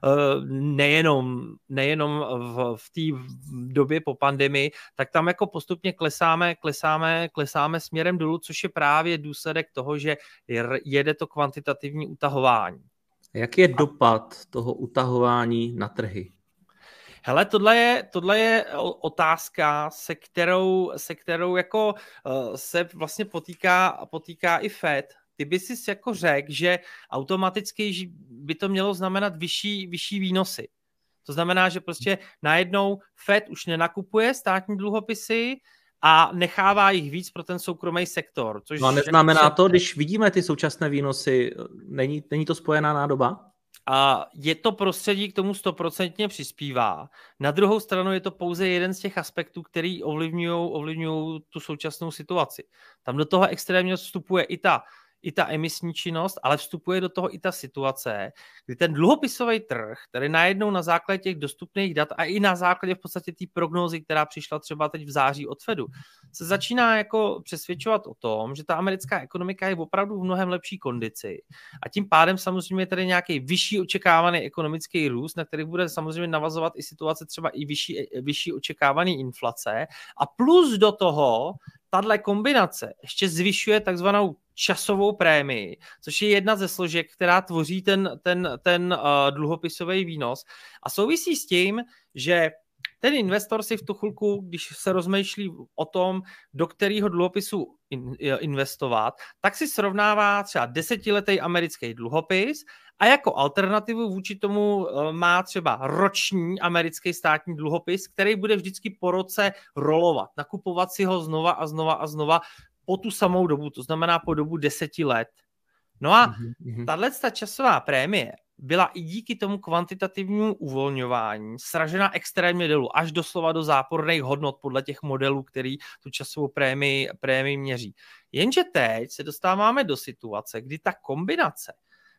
nejenom v té době po pandemii, tak tam jako postupně klesáme směrem dolů, což je právě důsledek toho, že jede to kvantitativní utahování. Jaký je dopad toho utahování na trhy? Hele, tohle je otázka, se kterou jako se vlastně potýká i FED. Ty by si jako řekl, že automaticky by to mělo znamenat vyšší výnosy. To znamená, že prostě najednou FED už nenakupuje státní dluhopisy a nechává jich víc pro ten soukromý sektor. Což a neznamená to, když vidíme ty současné výnosy, není to spojená nádoba? A je to prostředí, k tomu 100% přispívá. Na druhou stranu je to pouze jeden z těch aspektů, který ovlivňují tu současnou situaci. Tam do toho extrémně vstupuje i ta emisní činnost, ale vstupuje do toho i ta situace, kdy ten dluhopisový trh, který najednou na základě těch dostupných dat a i na základě v podstatě té prognózy, která přišla třeba teď v září od Fedu, se začíná jako přesvědčovat o tom, že ta americká ekonomika je opravdu v mnohem lepší kondici. A tím pádem samozřejmě tady nějaký vyšší očekávaný ekonomický růst, na který bude samozřejmě navazovat i situace třeba i vyšší očekávaný inflace. A plus do toho tahle kombinace ještě zvyšuje takzvanou časovou prémii, což je jedna ze složek, která tvoří ten dluhopisový výnos. A souvisí s tím, že ten investor si v tu chvilku, když se rozmýšlí o tom, do kterého dluhopisu investovat, tak si srovnává třeba 10letý americký dluhopis a jako alternativu vůči tomu má třeba roční americký státní dluhopis, který bude vždycky po roce rolovat, nakupovat si ho znova a znova a znova po tu samou dobu, to znamená po dobu 10 let. No a tato časová prémie byla i díky tomu kvantitativnímu uvolňování sražena extrémně dolů, až doslova do záporných hodnot podle těch modelů, který tu časovou prémii měří. Jenže teď se dostáváme do situace, kdy ta kombinace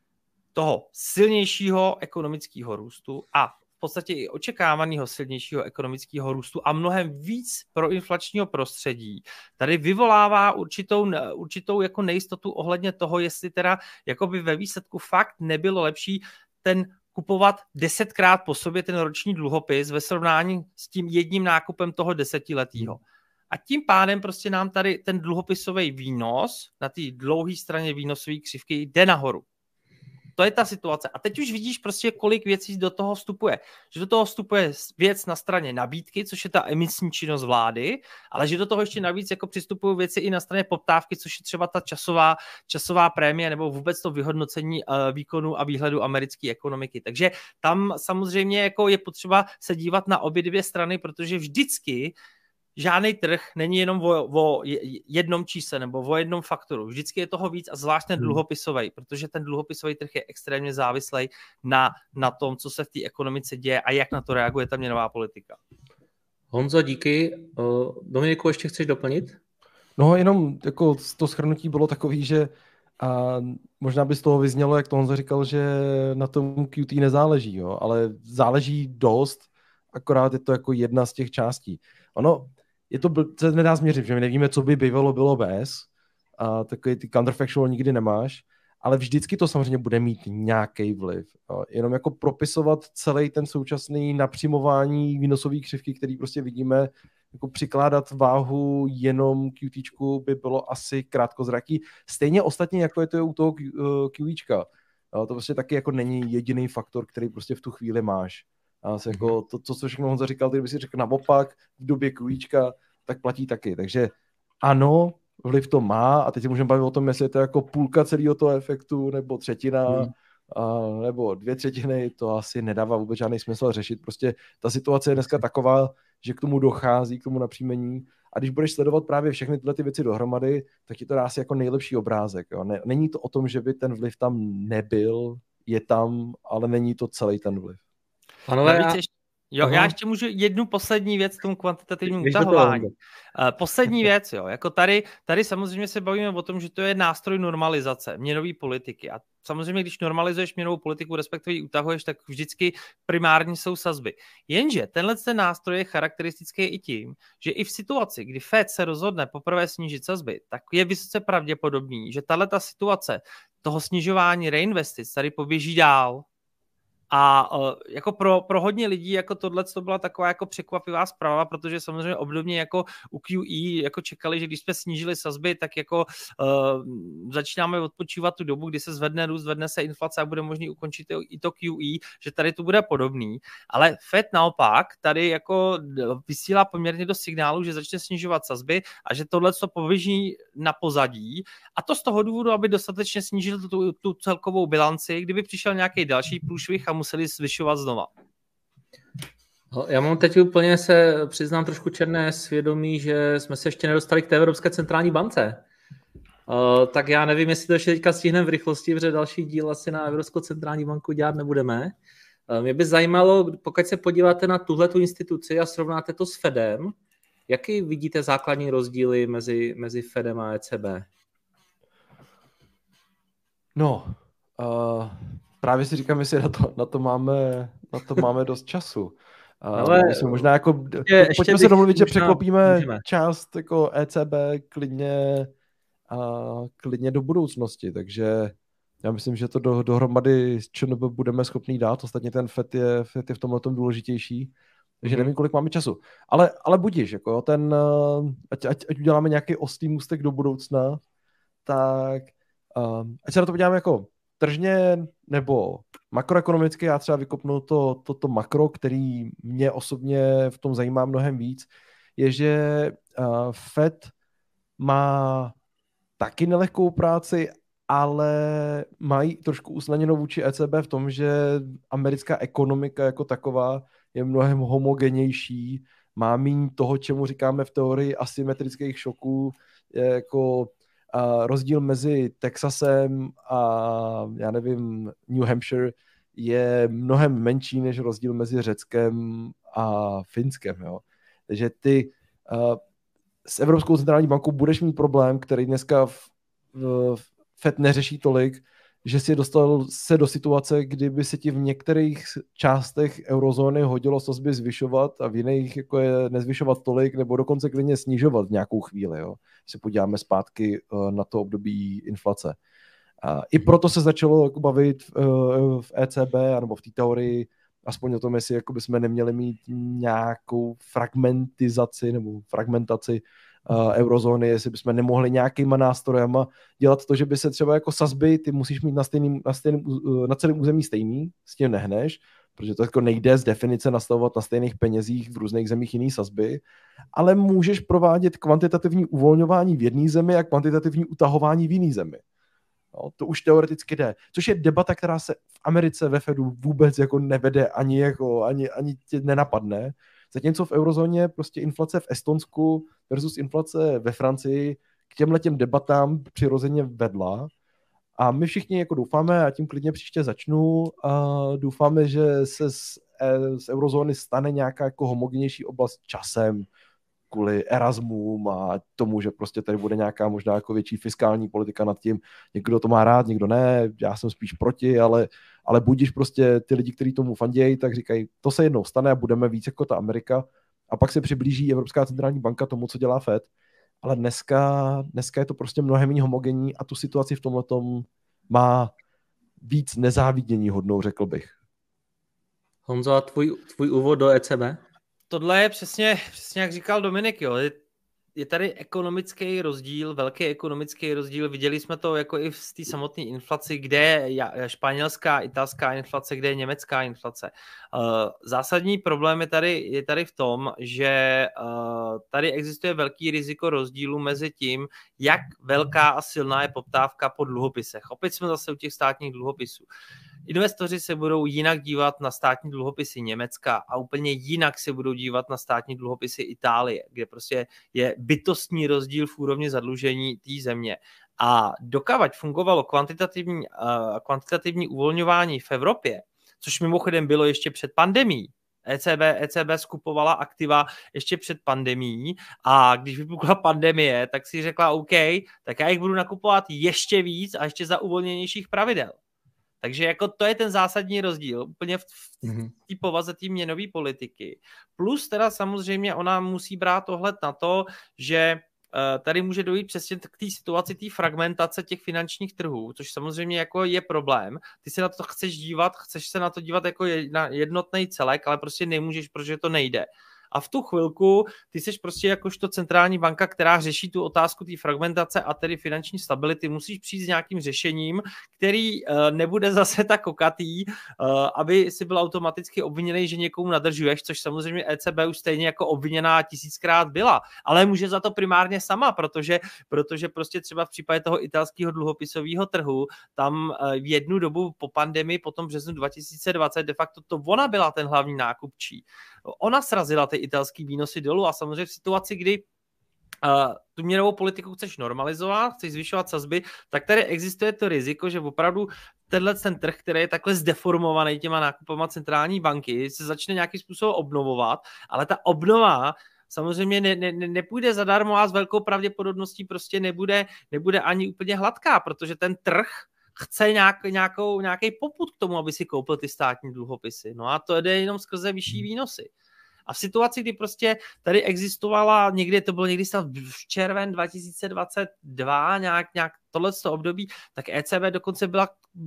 toho silnějšího ekonomického růstu a v podstatě i očekávaného silnějšího ekonomického růstu a mnohem víc proinflačního prostředí tady vyvolává určitou jako nejistotu ohledně toho, jestli teda jakoby ve výsledku fakt nebylo lepší ten kupovat 10krát po sobě ten roční dluhopis ve srovnání s tím jedním nákupem toho 10letého. A tím pádem prostě nám tady ten dluhopisový výnos na té dlouhé straně výnosové křivky jde nahoru. To je ta situace. A teď už vidíš prostě, kolik věcí do toho vstupuje. Že do toho vstupuje věc na straně nabídky, což je ta emisní činnost vlády, ale že do toho ještě navíc jako přistupují věci i na straně poptávky, což je třeba ta časová prémie nebo vůbec to vyhodnocení výkonu a výhledu americké ekonomiky. Takže tam samozřejmě jako je potřeba se dívat na obě dvě strany, protože vždycky žádný trh není jenom o jednom čísle nebo o jednom faktoru. Vždycky je toho víc a zvlášť ten dluhopisový, protože ten dluhopisový trh je extrémně závislý na tom, co se v té ekonomice děje a jak na to reaguje ta měnová politika. Honzo, díky. Dominiku, ještě chceš doplnit? No, jenom jako to shrnutí bylo takový, že možná by z toho vyznělo, jak to Honzo říkal, že na tom QT nezáleží, jo? Ale záleží dost, akorát je to jako jedna z těch částí. Ono, se nedá změřit, že my nevíme, co by bývalo bylo bez, a takový ty counterfactual nikdy nemáš, ale vždycky to samozřejmě bude mít nějaký vliv. Jo. Jenom jako propisovat celý ten současný napřimování výnosové křivky, který prostě vidíme, jako přikládat váhu jenom QTčku by bylo asi krátkozraký. Stejně ostatně, jako je to u toho QEčka. To prostě taky jako není jediný faktor, který prostě v tu chvíli máš. A jako to, co všechno Honza říkal, kdyby si řekl naopak v době QEčka, tak platí taky. Takže ano, vliv to má a teď se můžeme bavit o tom, jestli je to jako půlka celého toho efektu, nebo třetina, nebo 2/3, to asi nedává vůbec žádný smysl řešit. Prostě ta situace je dneska taková, že k tomu dochází, k tomu napříjmení a když budeš sledovat právě všechny tyhle ty věci dohromady, tak ti to dá asi jako nejlepší obrázek. Jo. Není to o tom, že by ten vliv tam nebyl, je tam, ale není to celý ten vliv. Panové, Jo, já ještě můžu jednu poslední věc k tomu kvantitativnímu utahování. Poslední věc, jo, jako tady samozřejmě se bavíme o tom, že to je nástroj normalizace měnové politiky a samozřejmě, když normalizuješ měnovou politiku, respektive ji utahuješ, tak vždycky primární jsou sazby. Jenže tenhle nástroj je charakteristický i tím, že i v situaci, kdy Fed se rozhodne poprvé snížit sazby, tak je vysoce pravděpodobný, že tato situace toho snižování reinvestic tady poběží dál. A jako pro hodně lidí jako tohle to byla taková jako překvapivá zpráva, protože samozřejmě obdobně jako u QE jako čekali, že když jsme snížili sazby, tak jako začínáme odpočívat tu dobu, kdy se zvedne růst, zvedne se inflace a bude možný ukončit i to QE, že tady to bude podobný. Ale Fed naopak tady jako vysílá poměrně dost signálu, že začne snižovat sazby a že tohle to poběží na pozadí. A to z toho důvodu, aby dostatečně snížil tu celkovou bilanci, kdyby přišel nějaký další průšvih a museli zvyšovat znova. Já mám teď úplně, se přiznám, trošku černé svědomí, že jsme se ještě nedostali k té Evropské centrální bance. Tak já nevím, jestli to ještě teďka stihneme v rychlosti, protože další díl asi na Evropskou centrální banku dělat nebudeme. Mě by zajímalo, pokud se podíváte na tuhletu instituci a srovnáte to s Fedem, jaký vidíte základní rozdíly mezi Fedem a ECB? No, právě si říkám, jestli na to máme dost času. Ale možná jako, pojďme se domluvit, že překlopíme část jako ECB klidně do budoucnosti, takže já myslím, že to dohromady s ČNB budeme schopni dát, ostatně ten FED je v tomhletom důležitější, takže nevím, kolik máme času. Ale budíš, jako ať uděláme nějaký ostrý můstek do budoucna, tak ať se na to podíváme jako tržně nebo makroekonomicky, já třeba vykopnu to makro, který mě osobně v tom zajímá mnohem víc, je, že Fed má taky nelehkou práci, ale mají trošku usnadněnou vůči ECB v tom, že americká ekonomika jako taková je mnohem homogenější, má míň toho, čemu říkáme v teorii asymetrických šoků, je jako rozdíl mezi Texasem a já nevím, New Hampshire je mnohem menší než rozdíl mezi Řeckem a Finskem. Jo. Takže ty s Evropskou centrální bankou budeš mít problém, který dneska Fed neřeší tolik, že si dostal se do situace, kdyby se ti v některých částech eurozóny hodilo sazby zvyšovat a v jiných jako je nezvyšovat tolik nebo dokonce klidně snižovat v nějakou chvíli. Jo. Když se podíváme zpátky na to období inflace. I proto se začalo jako bavit v ECB nebo v té teorii aspoň o tom, jestli jako bychom neměli mít nějakou fragmentizaci nebo fragmentaci eurozóny, jestli bychom nemohli nějakýma nástrojema dělat to, že by se třeba jako sazby, ty musíš mít na celém území stejný, s tím nehneš, protože to jako nejde z definice nastavovat na stejných penězích v různých zemích jiný sazby, ale můžeš provádět kvantitativní uvolňování v jedné zemi a kvantitativní utahování v jiné zemi. No, to už teoreticky jde. Což je debata, která se v Americe ve Fedu vůbec jako nevede, ani tě nenapadne. Zatímco v eurozóně prostě inflace v Estonsku versus inflace ve Francii k těmhletěm debatám přirozeně vedla. A my všichni jako doufáme, a tím klidně příště začnu, doufáme, že se z eurozóny stane nějaká jako homogenější oblast časem, kvůli Erasmům a tomu, že prostě tady bude nějaká možná jako větší fiskální politika nad tím. Někdo to má rád, někdo ne, já jsem spíš proti, ale budíš prostě ty lidi, kteří tomu fandějí, tak říkají, to se jednou stane a budeme víc jako ta Amerika a pak se přiblíží Evropská centrální banka tomu, co dělá Fed, ale dneska je to prostě mnohem méně homogenní a tu situaci v tomhletom má víc nezávidění hodnou, řekl bych. Honzo, a tvůj úvod do ECB? Tohle je přesně jak říkal Dominik, jo. Je tady ekonomický rozdíl, velký ekonomický rozdíl. Viděli jsme to jako i v té samotné inflaci, kde je španělská, italská inflace, kde je německá inflace. Zásadní problém je tady v tom, že tady existuje velký riziko rozdílu mezi tím, jak velká a silná je poptávka po dluhopisech. Opět jsme zase u těch státních dluhopisů. Investoři se budou jinak dívat na státní dluhopisy Německa a úplně jinak se budou dívat na státní dluhopisy Itálie, kde prostě je bytostný rozdíl v úrovni zadlužení té země. A dokavať fungovalo kvantitativní uvolňování v Evropě, což mimochodem bylo ještě před pandemií, ECB skupovala aktiva ještě před pandemií a když vypukla pandemie, tak si řekla OK, tak já jich budu nakupovat ještě víc a ještě za uvolněnějších pravidel. Takže jako to je ten zásadní rozdíl úplně v té povaze té měnové politiky. Plus teda samozřejmě ona musí brát ohled na to, že tady může dojít přesně k té situaci, té fragmentace těch finančních trhů, což samozřejmě jako je problém. Ty se na to chceš se na to dívat jako na jednotný celek, ale prostě nemůžeš, protože to nejde. A v tu chvilku ty seš prostě jakožto centrální banka, která řeší tu otázku té fragmentace a tedy finanční stability, musíš přijít s nějakým řešením, který nebude zase tak kokatý, aby si byl automaticky obviněný, že někomu nadržuješ, což samozřejmě ECB už stejně jako obviněná 1000krát byla, ale může za to primárně sama, protože prostě třeba v případě toho italského dluhopisového trhu, tam v jednu dobu po pandemii, potom březnu 2020, de facto to ona byla ten hlavní nákupčí. Ona srazila ty italský výnosy dolů a samozřejmě v situaci, kdy tu měnovou politiku chceš normalizovat, chceš zvyšovat sazby, tak tady existuje to riziko, že opravdu ten trh, který je takhle zdeformovaný těma nákupama centrální banky, se začne nějakým způsobem obnovovat, ale ta obnova samozřejmě nepůjde zadarmo a s velkou pravděpodobností prostě nebude ani úplně hladká, protože ten trh chce nějaký popud k tomu, aby si koupil ty státní dluhopisy. No a to jde jenom skrze vyšší výnosy. A v situaci, kdy prostě tady existovala, to bylo někdy v červen 2022, nějak tohleto období, tak ECB dokonce byla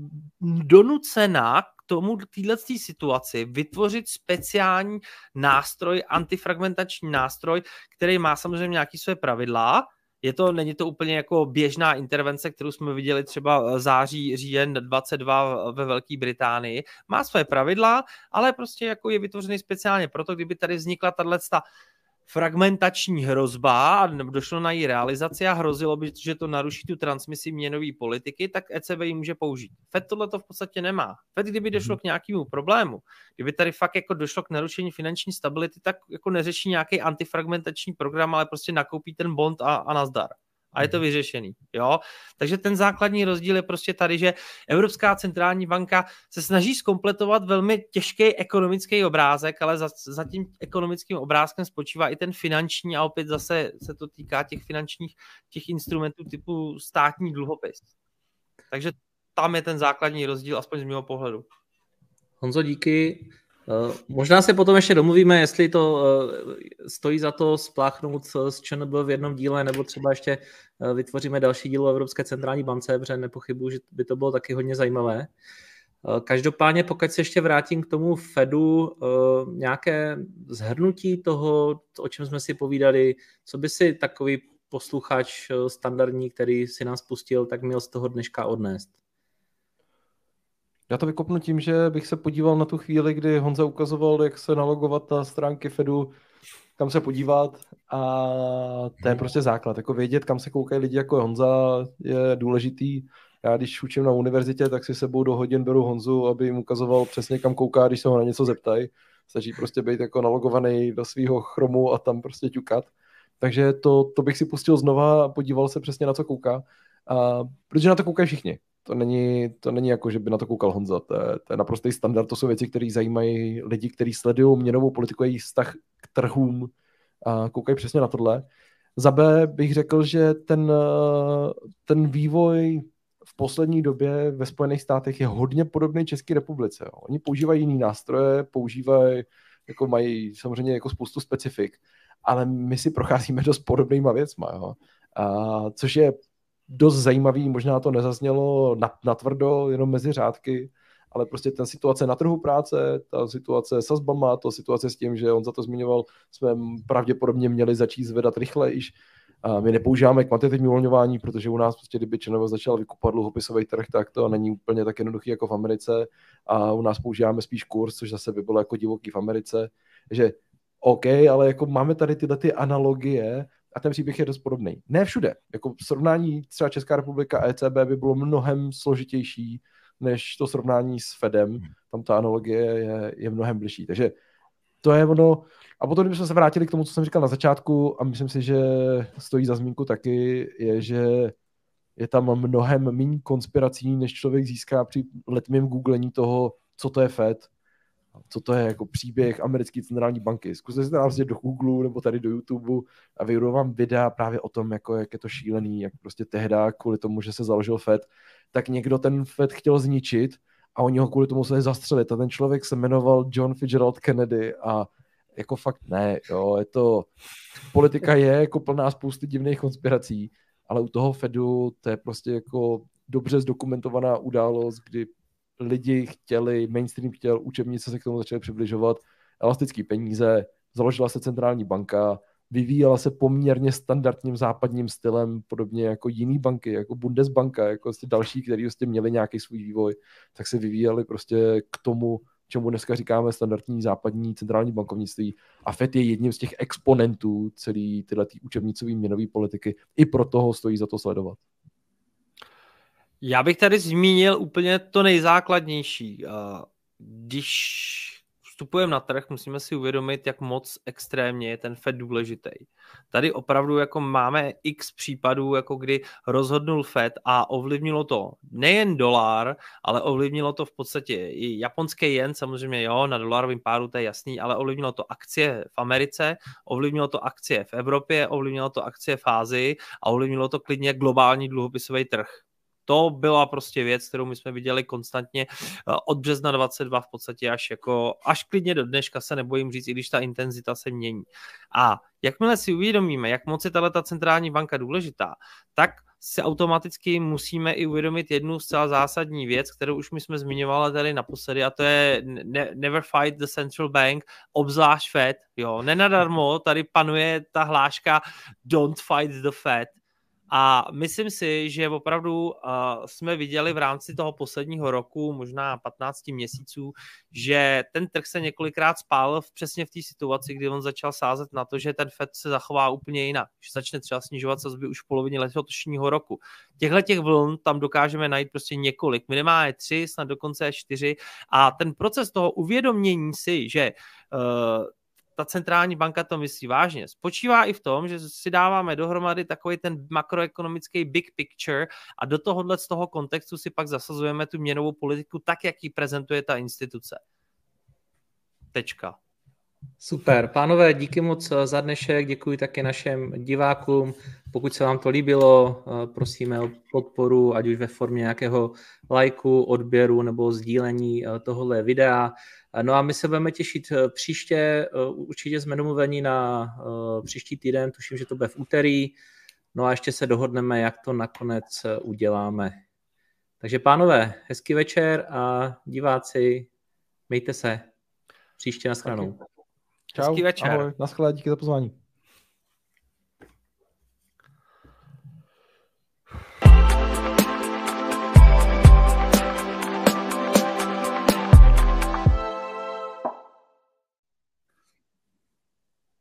donucena k tomu, této situaci vytvořit speciální nástroj, antifragmentační nástroj, který má samozřejmě nějaké své pravidla. Není to úplně jako běžná intervence, kterou jsme viděli třeba říjen 22 ve Velké Británii. Má své pravidla, ale prostě jako je vytvořený speciálně proto, kdyby tady vznikla tato fragmentační hrozba a došlo na její realizaci a hrozilo by, že to naruší tu transmisi měnové politiky, tak ECB ji může použít. FED tohle to v podstatě nemá. FED, kdyby došlo k nějakému problému, kdyby tady fakt jako došlo k narušení finanční stability, tak jako neřeší nějaký antifragmentační program, ale prostě nakoupí ten bond a nazdar. A je to vyřešený. Jo? Takže ten základní rozdíl je prostě tady, že Evropská centrální banka se snaží zkompletovat velmi těžký ekonomický obrázek, ale za tím ekonomickým obrázkem spočívá i ten finanční a opět zase se to týká těch instrumentů typu státní dluhopis. Takže tam je ten základní rozdíl, aspoň z mého pohledu. Honzo, díky. Možná se potom ještě domluvíme, jestli to stojí za to spláchnout s ČNB v jednom díle, nebo třeba ještě vytvoříme další díl o Evropské centrální bance, protože nepochybuji, že by to bylo taky hodně zajímavé. Každopádně, pokud se ještě vrátím k tomu Fedu, nějaké shrnutí toho, o čem jsme si povídali, co by si takový posluchač standardní, který si nás pustil, tak měl z toho dneška odnést? Já to vykopnu tím, že bych se podíval na tu chvíli, kdy Honza ukazoval, jak se nalogovat na stránky Fedu, kam se podívat a to je prostě základ. Jako vědět, kam se koukají lidi jako Honza, je důležitý. Já když učím na univerzitě, tak si sebou do hodin beru Honzu, aby jim ukazoval přesně, kam kouká, když se ho na něco zeptají. Stačí prostě být jako nalogovaný do svého chromu a tam prostě ťukat. Takže to bych si pustil znova a podíval se přesně, na co kouká. Protože na to koukají všichni. To není jako, že by na to koukal Honza. To je naprostý standard. To jsou věci, které zajímají lidi, kteří sledují měnovou politiku a její vztah k trhům a koukají přesně na tohle. Za B bych řekl, že ten vývoj v poslední době ve Spojených státech je hodně podobný České republice. Jo. Oni používají jiný nástroje, mají samozřejmě jako spoustu specifik, ale my si procházíme dost podobnýma věcma. Jo. Což je dost zajímavý, možná to nezaznělo natvrdo, jenom mezi řádky, ale prostě ta situace na trhu práce, ta situace s sazbama, ta situace s tím, že on za to zmiňoval, jsme pravděpodobně měli začít zvedat rychlejš. My nepoužíváme kvantitativní uvolňování, protože u nás prostě, kdyby ČNB začal vykupovat dluhopisový trh, tak to není úplně tak jednoduchý jako v Americe a u nás používáme spíš kurz, což zase by bylo jako divoký v Americe. Takže OK, ale jako máme tady tyhle ty analogie a ten příběh je dost podobný. Ne všude. Jako v srovnání třeba Česká republika a ECB by bylo mnohem složitější než to srovnání s Fedem. Tam ta analogie je mnohem bližší. Takže to je ono. A potom, kdybychom se vrátili k tomu, co jsem říkal na začátku, a myslím si, že stojí za zmínku taky, je, že je tam mnohem méně konspirací, než člověk získá při letmém googlení toho, co to je Fed. Co to je jako příběh americké centrální banky. Zkuste si to napsat do Google nebo tady do YouTube a vyjdu vám videa právě o tom, jako jak je to šílený, jak prostě tehda kvůli tomu, že se založil Fed, tak někdo ten Fed chtěl zničit a oni ho kvůli tomu museli zastřelit. A ten člověk se jmenoval John Fitzgerald Kennedy a jako fakt ne, jo, je to, politika je jako plná spousty divných konspirací, ale u toho Fedu to je prostě jako dobře zdokumentovaná událost, kdy lidi chtěli, mainstream chtěl, učebnice se k tomu začaly přibližovat, elastický peníze, založila se centrální banka, vyvíjela se poměrně standardním západním stylem, podobně jako jiný banky, jako Bundesbanka, jako prostě další, který prostě měli nějaký svůj vývoj, tak se vyvíjeli prostě k tomu, čemu dneska říkáme standardní západní centrální bankovnictví. A Fed je jedním z těch exponentů celé tyhle učebnicové měnové politiky. I proto ho stojí za to sledovat. Já bych tady zmínil úplně to nejzákladnější. Když vstupujeme na trh, musíme si uvědomit, jak moc extrémně je ten Fed důležitý. Tady opravdu jako máme x případů, jako kdy rozhodnul Fed a ovlivnilo to nejen dolar, ale ovlivnilo to v podstatě i japonský jen, samozřejmě jo, na dolarovém páru to je jasný, ale ovlivnilo to akcie v Americe, ovlivnilo to akcie v Evropě, ovlivnilo to akcie v Ázii a ovlivnilo to klidně globální dluhopisový trh. To byla prostě věc, kterou my jsme viděli konstantně od března 22 v podstatě až klidně do dneška, se nebojím říct, i když ta intenzita se mění. A jakmile si uvědomíme, jak moc je tato centrální banka důležitá, tak si automaticky musíme i uvědomit jednu zcela zásadní věc, kterou už my jsme zmiňovali tady naposledy, a to je never fight the central bank, obzvlášť Fed. Jo. Nenadarmo tady panuje ta hláška don't fight the Fed. A myslím si, že opravdu jsme viděli v rámci toho posledního roku, možná 15 měsíců, že ten trh se několikrát spálil přesně v té situaci, kdy on začal sázet na to, že ten Fed se zachová úplně jinak, že začne třeba snižovat sazby už v polovině letošního roku. Těchto vln tam dokážeme najít prostě několik, minimálně 3, snad dokonce 4, a ten proces toho uvědomění si, že ta centrální banka to myslí vážně, spočívá i v tom, že si dáváme dohromady takový ten makroekonomický big picture a do tohohle z toho kontextu si pak zasazujeme tu měnovou politiku tak, jak ji prezentuje ta instituce. Tečka. Super. Pánové, díky moc za dnešek, děkuji také našim divákům. Pokud se vám to líbilo, prosíme o podporu, ať už ve formě nějakého lajku, odběru nebo sdílení tohohle videa. No a my se budeme těšit příště, určitě jsme domluveni na příští týden, tuším, že to bude v úterý, no a ještě se dohodneme, jak to nakonec uděláme. Takže pánové, hezký večer a diváci, mějte se, příště nashledanou. Čau, hezký večer. Ahoj, naschle, díky za pozvání.